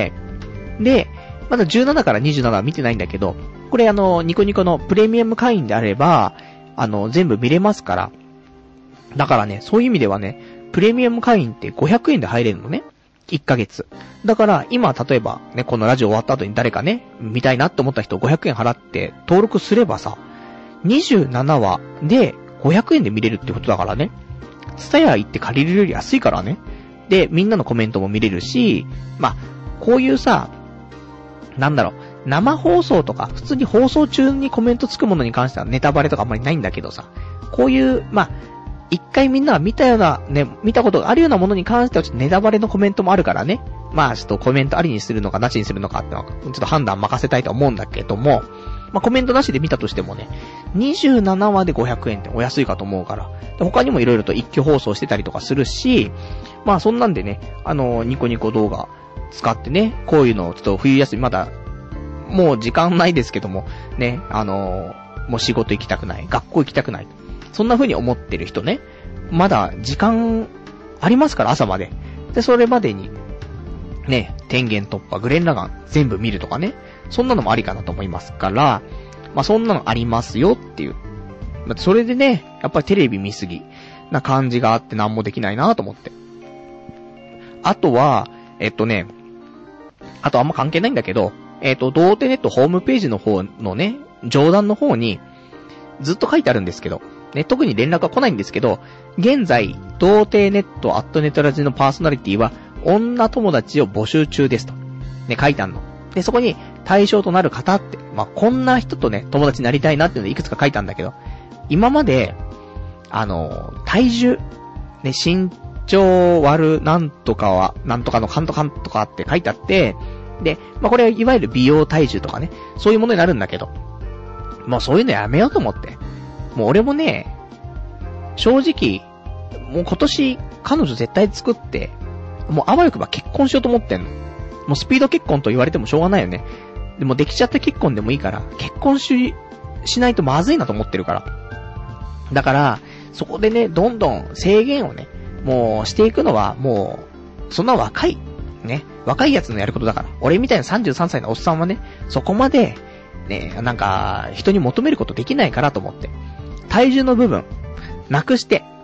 でまだじゅうななからにじゅうななは見てないんだけど、これあのニコニコのプレミアム会員であればあの全部見れますから、だからね、そういう意味ではね、プレミアム会員ってごひゃくえんで入れるのね、いっかげつ。だから今例えばね、このラジオ終わった後に誰かね見たいなって思った人ごひゃくえん払って登録すればさ、にじゅうななわでごひゃくえんで見れるってことだからね。ツタヤ行って借りれるより安いからね。でみんなのコメントも見れるし、まあこういうさ、なんだろう、生放送とか普通に放送中にコメントつくものに関してはネタバレとかあんまりないんだけどさ、こういうまあ一回みんなが見たようなね、見たことがあるようなものに関してはちょっとネタバレのコメントもあるからね、まあちょっとコメントありにするのかなしにするのかってのはちょっと判断任せたいと思うんだけども、まあコメントなしで見たとしてもね、にじゅうななわでごひゃくえんってお安いかと思うから、で他にもいろいろと一挙放送してたりとかするし、まあそんなんでね、あのニコニコ動画使ってね、こういうのをちょっと冬休みまだもう時間ないですけどもね、あのー、もう仕事行きたくない、学校行きたくない、そんな風に思ってる人ね、まだ時間ありますから朝まで。でそれまでにね、天元突破グレンラガン全部見るとかね、そんなのもありかなと思いますから、まあそんなのありますよっていう。それでね、やっぱりテレビ見すぎな感じがあって何もできないなと思って。あとはえっとね、あとあんま関係ないんだけど、えっと、童貞ネットホームページの方のね、上段の方に、ずっと書いてあるんですけど、ね、特に連絡が来ないんですけど、現在、童貞ネットアットネットラジのパーソナリティは、女友達を募集中ですと。ね、書いてあるの。で、そこに、対象となる方って、まあ、こんな人とね、友達になりたいなっていうのいくつか書いたんだけど、今まで、あの、体重、ね、身長割るなんとかは、なんとかのかんとかんとかって書いてあって、で、まあ、これはいわゆる美容体重とかね、そういうものになるんだけど、もうそういうのやめようと思って。もう俺もね、正直、もう今年彼女絶対作って、もうあわよくば結婚しようと思ってんの。もうスピード結婚と言われてもしょうがないよね。でもできちゃった結婚でもいいから、結婚し、しないとまずいなと思ってるから。だから、そこでね、どんどん制限をね、もうしていくのはもう、そんな若い、ね、若いやつのやることだから。俺みたいなさんじゅうさんさいのおっさんはね、そこまで、ね、なんか、人に求めることできないからと思って。体重の部分、なくして、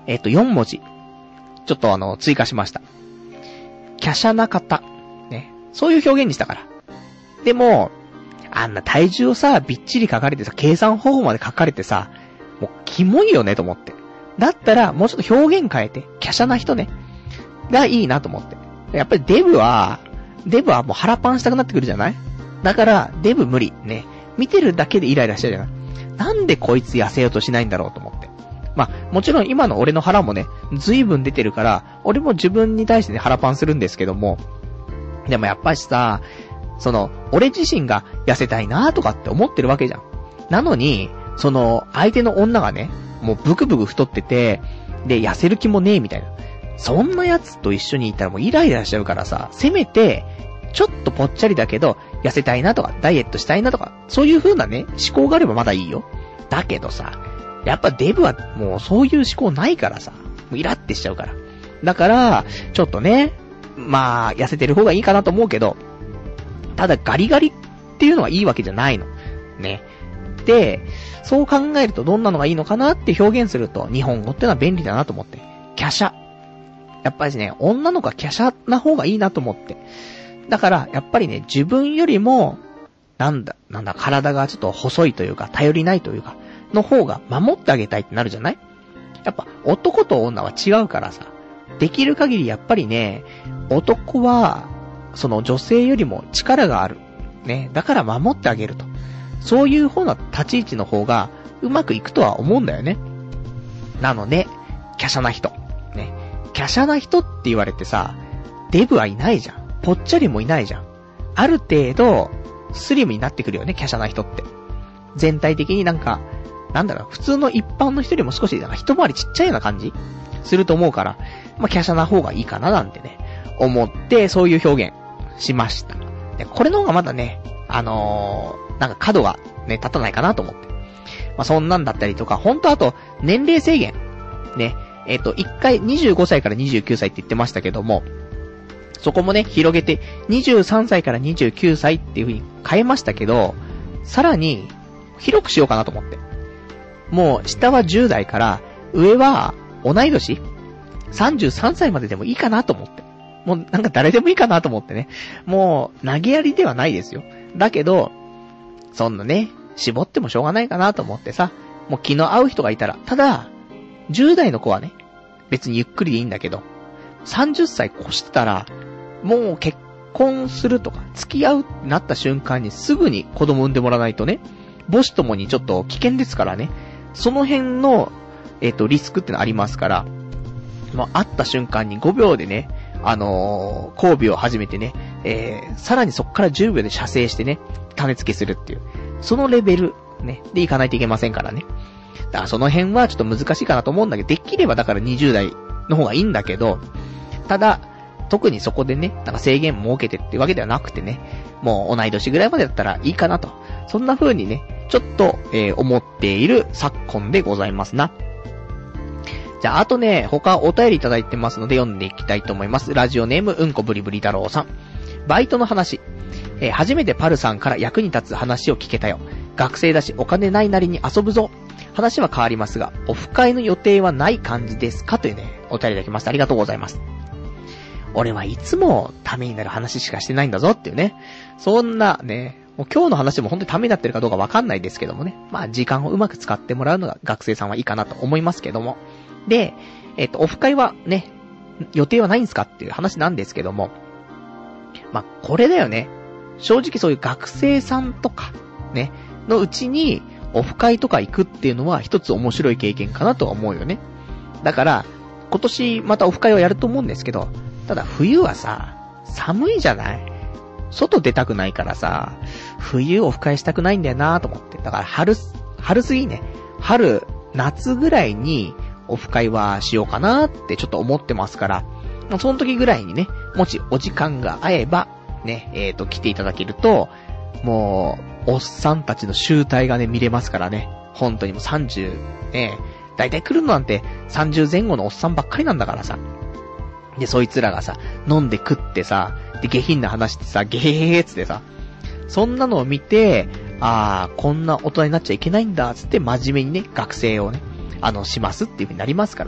えっと、よんもじ。ちょっとあの、追加しました。華奢な方。ね。そういう表現にしたから。でも、あんな体重をさ、びっちり書かれてさ、計算方法まで書かれてさ、もう、キモいよねと思って。だったら、もうちょっと表現変えて、華奢な人ね。がいいなと思って。やっぱりデブは、デブはもう腹パンしたくなってくるじゃない？だから、デブ無理。ね。見てるだけでイライラしちゃうじゃない？なんでこいつ痩せようとしないんだろうと思って。まあ、もちろん今の俺の腹もね、随分出てるから、俺も自分に対してね、腹パンするんですけども、でもやっぱりさ、その、俺自身が痩せたいなとかって思ってるわけじゃん。なのに、その、相手の女がね、もうブクブク太ってて、で、痩せる気もねえみたいな。そんなやつと一緒にいたらもうイライラしちゃうからさ、せめて、ちょっとぽっちゃりだけど、痩せたいなとか、ダイエットしたいなとか、そういう風なね、思考があればまだいいよ。だけどさ、やっぱデブはもうそういう思考ないからさ、もうイラってしちゃうから。だから、ちょっとね、まあ、痩せてる方がいいかなと思うけど、ただガリガリっていうのはいいわけじゃないの。ね。で、そう考えるとどんなのがいいのかなって表現すると、日本語ってのは便利だなと思って。華奢。やっぱりね、女の子は華奢な方がいいなと思って。だから、やっぱりね、自分よりも、なんだ、なんだ、体がちょっと細いというか、頼りないというか、の方が守ってあげたいってなるじゃない？やっぱ、男と女は違うからさ。できる限りやっぱりね、男は、その女性よりも力がある。ね。だから守ってあげると。そういう方の立ち位置の方が、うまくいくとは思うんだよね。なので、華奢な人。ね。華奢な人って言われてさ、デブはいないじゃん。ぽっちゃりもいないじゃん。ある程度、スリムになってくるよね、華奢な人って。全体的になんか、なんだろう、普通の一般の人よりも少し、なんか一回りちっちゃいような感じすると思うから、まあ、華奢な方がいいかななんてね、思って、そういう表現しました。で、これの方がまだね、あのー、なんか角がね、立たないかなと思って。まあ、そんなんだったりとか、ほんとあと、年齢制限。ね、えっと、一回にじゅうごさいからにじゅうきゅうさいって言ってましたけども、そこもね、広げて、にじゅうさんさいからにじゅうきゅうさいっていう風に変えましたけど、さらに、広くしようかなと思って。もう、下はじゅうだいから、上は、同い年さんじゅうさんさいまででもいいかなと思って。もう、なんか誰でもいいかなと思ってね。もう、投げやりではないですよ。だけど、そんなね、絞ってもしょうがないかなと思ってさ、もう気の合う人がいたら、ただ、じゅう代の子はね、別にゆっくりでいいんだけど、さんじゅっさい越してたら、もう結婚するとか、付き合うってなった瞬間にすぐに子供産んでもらわないとね、母子ともにちょっと危険ですからね、その辺の、えっと、リスクってのありますから、もう会った瞬間にごびょうでね、あのー、交尾を始めてね、えー、さらにそっからじゅうびょうで射精してね、種付けするっていう、そのレベル、ね、でいかないといけませんからね。だからその辺はちょっと難しいかなと思うんだけど、できればだからにじゅう代の方がいいんだけど、ただ、特にそこでね、なんか制限設けてってわけではなくてね、もう同い年ぐらいまでだったらいいかなと。そんな風にね、ちょっと、えー、思っている昨今でございますな。じゃあ、あとね、他お便りいただいてますので読んでいきたいと思います。ラジオネーム、うんこブリブリ太郎さん。バイトの話。えー、初めてパルさんから役に立つ話を聞けたよ。学生だしお金ないなりに遊ぶぞ。話は変わりますが、オフ会の予定はない感じですかというね、お便りいただきました。ありがとうございます。俺はいつもためになる話しかしてないんだぞっていうね。そんなね、もう今日の話も本当にためになってるかどうかわかんないですけどもね。まあ時間をうまく使ってもらうのが学生さんはいいかなと思いますけども。で、えっと、オフ会はね、予定はないんですかっていう話なんですけども。まあこれだよね。正直そういう学生さんとか、ね、のうちにオフ会とか行くっていうのは一つ面白い経験かなとは思うよね。だから、今年またオフ会をやると思うんですけど、ただ冬はさ、寒いじゃない？外出たくないからさ、冬オフ会したくないんだよなと思って。だから春、春過ぎね。春、夏ぐらいにオフ会はしようかなってちょっと思ってますから、その時ぐらいにね、もしお時間が合えば、ね、えっと、来ていただけると、もう、おっさんたちの集大がね、見れますからね。本当にもうさんじゅう、ね、だいたい来るのなんてさんじゅうぜん後のおっさんばっかりなんだからさ。で、そいつらがさ、飲んで食ってさ、で、下品な話してさ、ゲヘヘヘつってさ、そんなのを見て、あー、こんな大人になっちゃいけないんだ、つって真面目にね、学生をね、あの、しますっていう風になりますからね。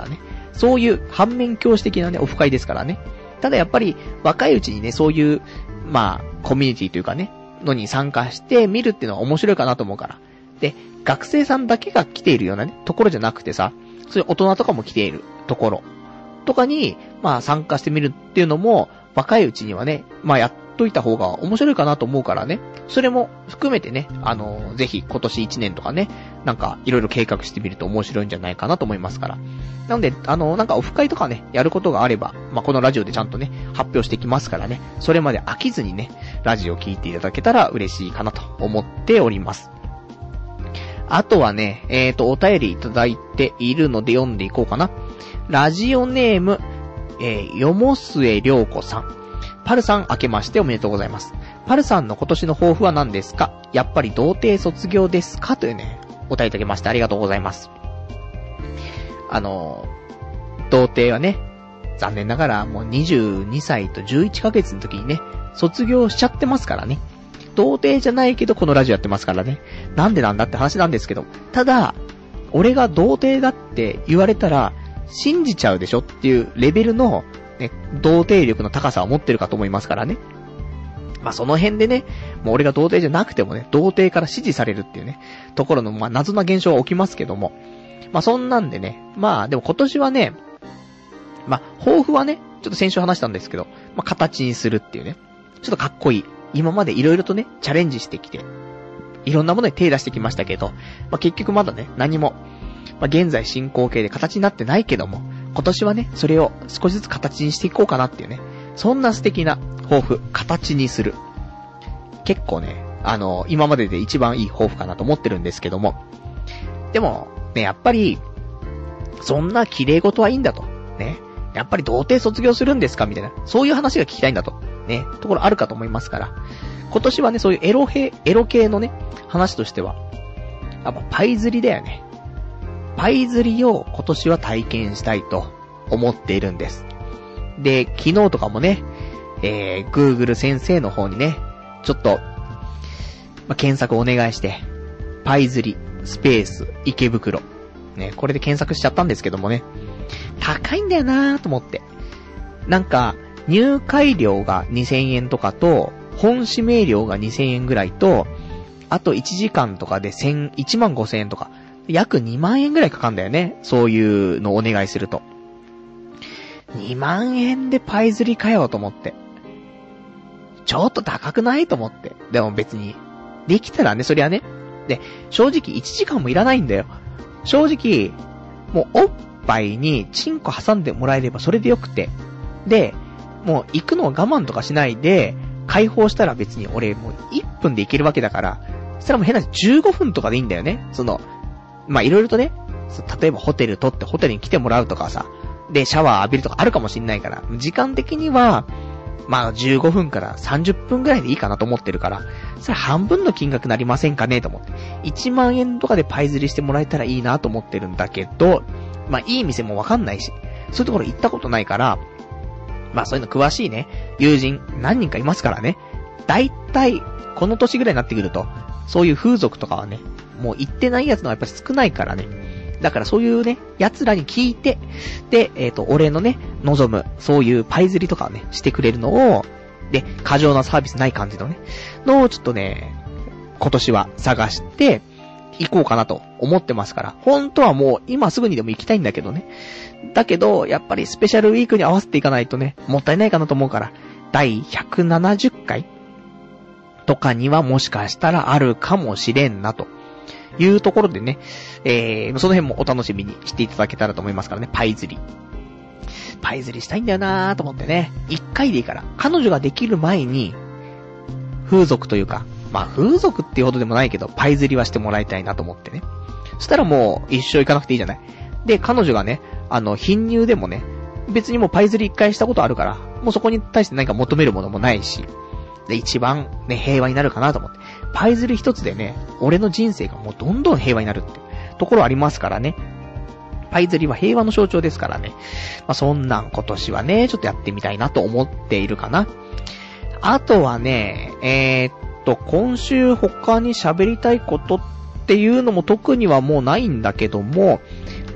そういう反面教師的なね、オフ会ですからね。ただやっぱり、若いうちにね、そういう、まあ、コミュニティというかね、のに参加して見るっていうのは面白いかなと思うから。で、学生さんだけが来ているようなね、ところじゃなくてさ、そういう大人とかも来ているところとかに、まあ参加してみるっていうのも、若いうちにはね、まあやっといた方が面白いかなと思うからね、それも含めてね、あの、ぜひ今年いちねんとかね、なんかいろいろ計画してみると面白いんじゃないかなと思いますから。なので、あの、なんかオフ会とかね、やることがあれば、まあこのラジオでちゃんとね、発表してきますからね、それまで飽きずにね、ラジオ聞いていただけたら嬉しいかなと思っております。あとはね、えーと、お便りいただいているので読んでいこうかな。ラジオネーム、えー、よもすえりょうこさん。パルさん明けましておめでとうございます。パルさんの今年の抱負は何ですか？やっぱり童貞卒業ですか？というね、お答えいただきましてありがとうございます。あのー、童貞はね、残念ながらもうにじゅうにさいとじゅういっかげつの時にね、卒業しちゃってますからね。童貞じゃないけどこのラジオやってますからね。なんでなんだって話なんですけど。ただ、俺が童貞だって言われたら、信じちゃうでしょっていうレベルの、ね、童貞力の高さを持ってるかと思いますからね。まあその辺でね、もう俺が童貞じゃなくてもね、童貞から支持されるっていうね、ところの、まあ謎な現象は起きますけども。まあそんなんでね、まあでも今年はね、まあ抱負はね、ちょっと先週話したんですけど、まあ形にするっていうね、ちょっとかっこいい。今までいろいろとね、チャレンジしてきて、いろんなものに手出してきましたけど、まあ、結局まだね、何も、まあ、現在進行形で形になってないけども、今年はね、それを少しずつ形にしていこうかなっていうね、そんな素敵な抱負、形にする。結構ね、あの、今までで一番いい抱負かなと思ってるんですけども、でも、ね、やっぱり、そんな綺麗事はいいんだと。ね。やっぱり童貞卒業するんですかみたいな。そういう話が聞きたいんだと。ね。ところあるかと思いますから。今年はね、そういうエロ系、エロ系のね、話としては、やっぱパイ釣りだよね。パイ釣りを今年は体験したいと思っているんです。で、昨日とかもね、えー、Google 先生の方にね、ちょっと、まあ、検索お願いして、パイ釣り、スペース、池袋。ね、これで検索しちゃったんですけどもね、高いんだよなーと思って。なんか、入会料がにせんえんとかと、本指名料がにせんえんぐらいと、あといちじかんとかでいちまんごせんえんとか、約にまんえんぐらいかかんだよね。そういうのをお願いすると。にまんえんでパイ釣りかよと思って。ちょっと高くないと思って。でも別に、できたらね、そりゃね。で、正直いちじかんもいらないんだよ。正直、もうおっぱいにチンコ挟んでもらえればそれでよくて。で、もう行くのを我慢とかしないで、解放したら別に俺もういっぷんで行けるわけだから、そしたらもう変なじゅうごふんとかでいいんだよね。その、まあ、いろいろとね、例えばホテル取ってホテルに来てもらうとかさ、で、シャワー浴びるとかあるかもしんないから、時間的には、まあ、じゅうごふんからさんじゅっぷんぐらいでいいかなと思ってるから、それ半分の金額なりませんかねと思って。いちまんえんとかでパイ釣りしてもらえたらいいなと思ってるんだけど、まあ、いい店もわかんないし、そういうところ行ったことないから、まあ、そういうの詳しいね、友人何人かいますからね。だいたい、この年ぐらいになってくると、そういう風俗とかはね、もう行ってないやつのはやっぱり少ないからね。だからそういうね、奴らに聞いて、で、えっと、俺のね、望む、そういうパイ釣りとかをね、してくれるのを、で、過剰なサービスない感じのね、のをちょっとね、今年は探して、行こうかなと思ってますから。本当はもう今すぐにでも行きたいんだけどね。だけど、やっぱりスペシャルウィークに合わせていかないとね、もったいないかなと思うから、だいひゃくななじゅっかいとかにはもしかしたらあるかもしれんなというところでね、えー、その辺もお楽しみにしていただけたらと思いますからね、パイ釣り。パイ釣りしたいんだよなーと思ってね、一回でいいから、彼女ができる前に、風俗というか、まあ風俗っていうほどでもないけど、パイ釣りはしてもらいたいなと思ってね。そしたらもう一生行かなくていいじゃない。で、彼女がね、あの、貧乳でもね、別にもうパイ釣り一回したことあるから、もうそこに対して何か求めるものもないし、で、一番ね、平和になるかなと思って。パイ釣り一つでね、俺の人生がもうどんどん平和になるってところありますからね。パイ釣りは平和の象徴ですからね。まあ、そんなん今年はね、ちょっとやってみたいなと思っているかな。あとはね、えー、っと、今週他に喋りたいことっていうのも特にはもうないんだけども、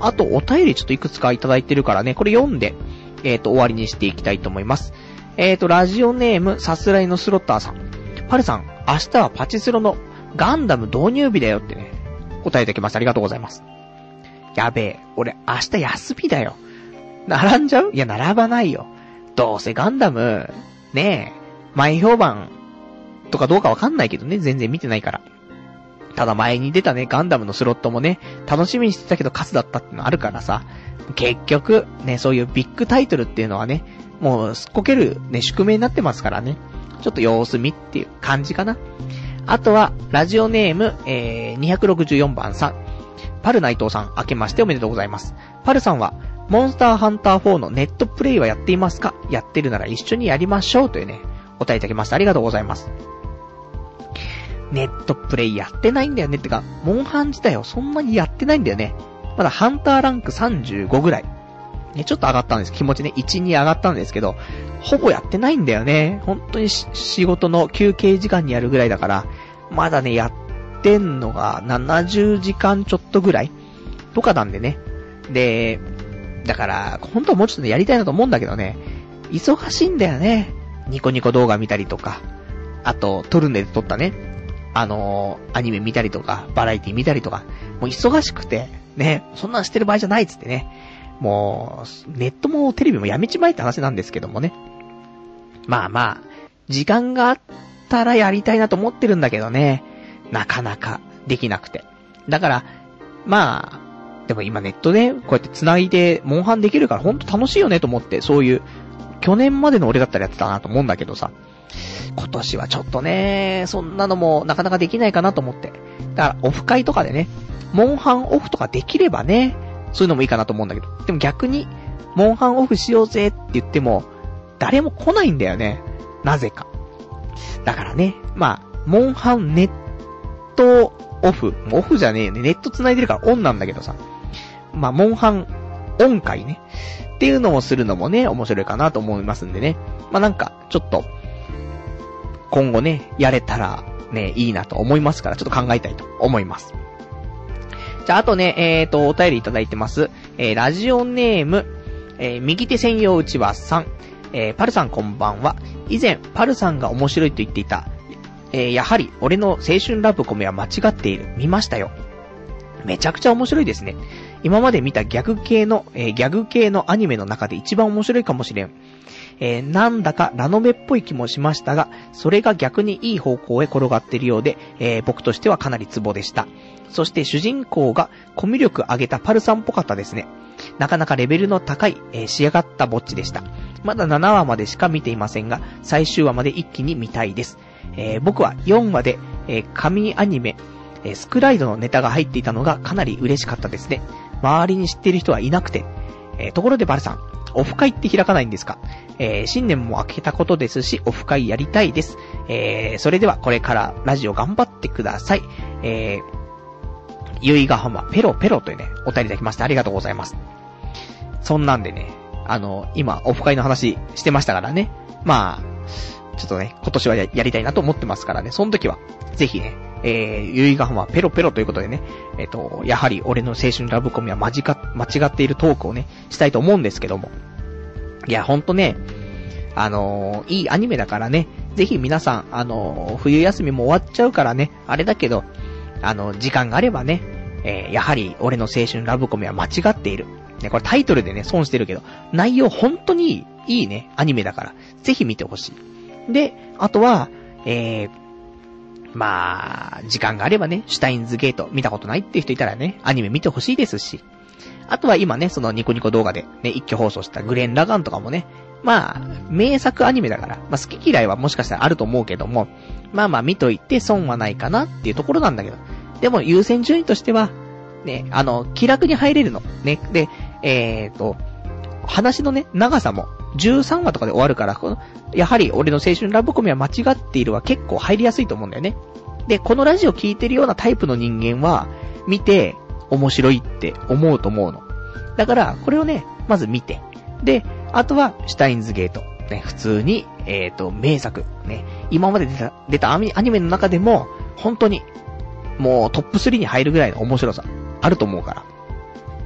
あとお便りちょっといくつかいただいてるからね、これ読んで、えっと、終わりにしていきたいと思います。えっと、ラジオネーム、さすらいのスロッターさん。パルさん、明日はパチスロのガンダム導入日だよってね、答えいただきました。ありがとうございます。やべえ、俺明日休みだよ。並んじゃう？いや、並ばないよ。どうせガンダム、ねえ、前評判とかどうかわかんないけどね、全然見てないから。ただ前に出たね、ガンダムのスロットもね、楽しみにしてたけどカスだったってのあるからさ、結局、ね、そういうビッグタイトルっていうのはね、もうすっこけるね、宿命になってますからね。ちょっと様子見っていう感じかな。あとは、ラジオネーム、えー、にひゃくろくじゅうよんばんさん。パル内藤さん、明けましておめでとうございます。パルさんは、モンスターハンターフォーのネットプレイはやっていますか？やってるなら一緒にやりましょうというね、お答えいただきました。ありがとうございます。ネットプレイやってないんだよね。ってか、モンハン自体はそんなにやってないんだよね。まだハンターランクさんじゅうごぐらい。ね、ちょっと上がったんです。気持ちね、いちに上がったんですけど、ほぼやってないんだよね。本当に仕事の休憩時間にやるぐらいだから、まだね、やってんのがななじゅうじかんちょっとぐらいとかなんでね。で、だから、本当はもうちょっとね、やりたいなと思うんだけどね、忙しいんだよね。ニコニコ動画見たりとか、あと、トルネで撮ったね、あのー、アニメ見たりとか、バラエティ見たりとか、もう忙しくて、ね、そんなんしてる場合じゃないっつってね。もう、ネットもテレビもやめちまえって話なんですけどもね。まあまあ、時間があったらやりたいなと思ってるんだけどね。なかなかできなくて。だから、まあ、でも今ネットでこうやって繋いでモンハンできるからほんと楽しいよねと思って、そういう、去年までの俺だったらやってたなと思うんだけどさ。今年はちょっとね、そんなのもなかなかできないかなと思って。だからオフ会とかでね、モンハンオフとかできればね、そういうのもいいかなと思うんだけど。でも逆に、モンハンオフしようぜって言っても、誰も来ないんだよね。なぜか。だからね、まあ、モンハンネットオフ。オフじゃねえよね。ネット繋いでるからオンなんだけどさ。まあ、モンハンオン会ね。っていうのをするのもね、面白いかなと思いますんでね。まあなんか、ちょっと、今後ね、やれたらね、いいなと思いますから、ちょっと考えたいと思います。じゃあ、あとね、えーと、お便りいただいてます。えー、ラジオネーム、えー、右手専用うちわさん。えー、パルさんこんばんは。以前、パルさんが面白いと言っていた、えー、やはり、俺の青春ラブコメは間違っている。見ましたよ。めちゃくちゃ面白いですね。今まで見たギャグ系の、えー、ギャグ系のアニメの中で一番面白いかもしれん。えー、なんだかラノベっぽい気もしましたが、それが逆にいい方向へ転がっているようで、えー、僕としてはかなりツボでした。そして主人公がコミュ力上げたパルさんっぽかったですね。なかなかレベルの高い、えー、仕上がったぼっちでした。まだななわまでしか見ていませんが、最終話まで一気に見たいです。えー、僕はよんわで、えー、神アニメ、えー、スクライドのネタが入っていたのがかなり嬉しかったですね。周りに知っている人はいなくて。えー、ところでバルさん、オフ会って開かないんですか？えー、新年も明けたことですし、オフ会やりたいです。えー、それではこれからラジオ頑張ってください。えー、ゆいがはまペロペロというね、お便りいただきましてありがとうございます。そんなんでね、あの、今、オフ会の話してましたからね。まあ、ちょっとね、今年は や, やりたいなと思ってますからね、その時は、ぜひね、えー、ゆいがはまペロペロということでね、えっと、やはり俺の青春ラブコメは間違間違っているトークをね、したいと思うんですけども。いや、ほんとね、あのー、いいアニメだからね、ぜひ皆さん、あのー、冬休みも終わっちゃうからね、あれだけど、あの、時間があればね、えー、やはり俺の青春ラブコメは間違っている。ね、これタイトルでね、損してるけど、内容本当にいいね、アニメだから、ぜひ見てほしい。で、あとは、えー、まあ、時間があればね、シュタインズゲート見たことないっていう人いたらね、アニメ見てほしいですし、あとは今ね、そのニコニコ動画でね、一挙放送したグレン・ラガンとかもね、まあ、名作アニメだから、まあ好き嫌いはもしかしたらあると思うけども、まあまあ見といて損はないかなっていうところなんだけど、でも優先順位としては、ね、あの、気楽に入れるの。ね、で、えーと、話のね、長さもじゅうさんわとかで終わるから、この、やはり俺の青春ラブコメは間違っているは結構入りやすいと思うんだよね。で、このラジオ聞いてるようなタイプの人間は、見て、面白いって思うと思うの。だから、これをね、まず見て。で、あとは、シュタインズゲート。ね、普通に、えーと、名作。ね、今まで出た、出たアニメの中でも、本当に、もうトップスリーに入るぐらいの面白さ、あると思うから。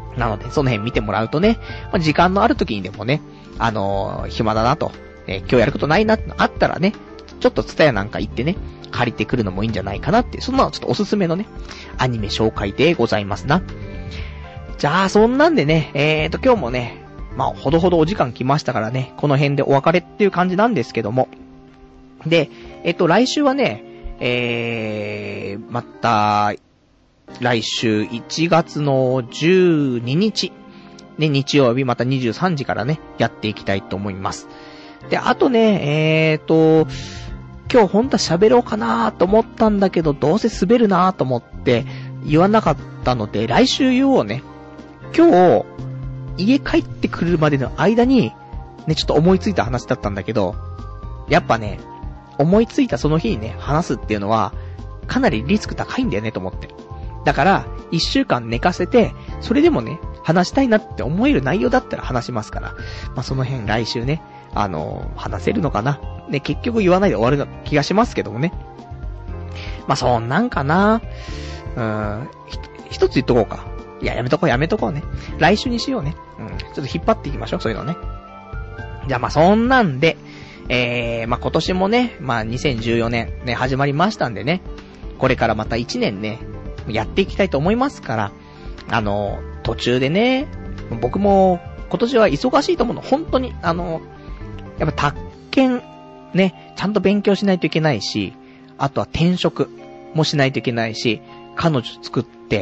なので、その辺見てもらうとね、まあ、時間のある時にでもね、あのー、暇だなと、えー、今日やることないなってのあったらね、ちょっとツタヤなんか行ってね、借りてくるのもいいんじゃないかなって、そんなのちょっとおすすめのね、アニメ紹介でございますな。じゃあ、そんなんでね、えーと、今日もね、まあ、ほどほどお時間来ましたからね、この辺でお別れっていう感じなんですけども。で、えっと、来週はね、えー、また、来週いちがつのじゅうににち、ね、日曜日またにじゅうさんじからね、やっていきたいと思います。で、あとね、えーと、今日本当は喋ろうかなと思ったんだけど、どうせ滑るなと思って言わなかったので、来週言おうね。今日、家帰ってくるまでの間に、ね、ちょっと思いついた話だったんだけど、やっぱね、思いついたその日にね、話すっていうのは、かなりリスク高いんだよねと思って。だから、一週間寝かせて、それでもね、話したいなって思える内容だったら話しますから、まあ、その辺来週ね、あのー、話せるのかな。ね、結局言わないで終わるの気がしますけどもね。まあ、そんなんかな。うーん、ひ、一つ言っとこうか。いや、やめとこうやめとこうね。来週にしようね。うん、ちょっと引っ張っていきましょう、そういうのね。じゃあまあそんなんで、えー、まあ今年もね、まあにせんじゅうよねんね、始まりましたんでね、これからまたいちねんね、やっていきたいと思いますから、あの、途中でね、僕も今年は忙しいと思うの、本当に、あの、やっぱ宅建、ね、ちゃんと勉強しないといけないし、あとは転職もしないといけないし、彼女作って、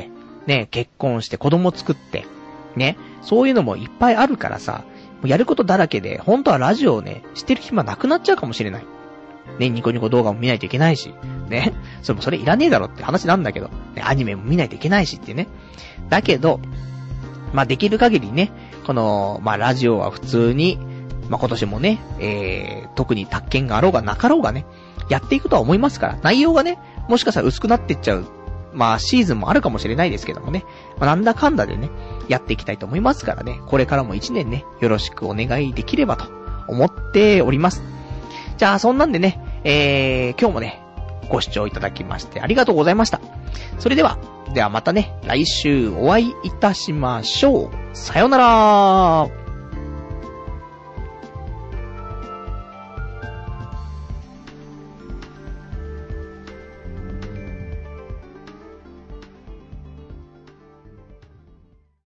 ね、結婚して子供作って、ね、そういうのもいっぱいあるからさ、やることだらけで、本当はラジオをね、してる暇なくなっちゃうかもしれない。ね、ニコニコ動画も見ないといけないし、ね、それもそれいらねえだろって話なんだけど、ね、アニメも見ないといけないしってね。だけど、まあ、できる限りね、この、まあ、ラジオは普通に、まあ、今年もね、えー、特に宅建があろうがなかろうがね、やっていくとは思いますから、内容がね、もしかしたら薄くなっていっちゃう、まあ、シーズンもあるかもしれないですけどもね、まあ、なんだかんだでね、やっていきたいと思いますからね、これからも一年ね、よろしくお願いできればと思っております。じゃあ、そんなんでね、えー、今日もね、ご視聴いただきましてありがとうございました。それでは、ではまたね、来週お会いいたしましょう。さよなら。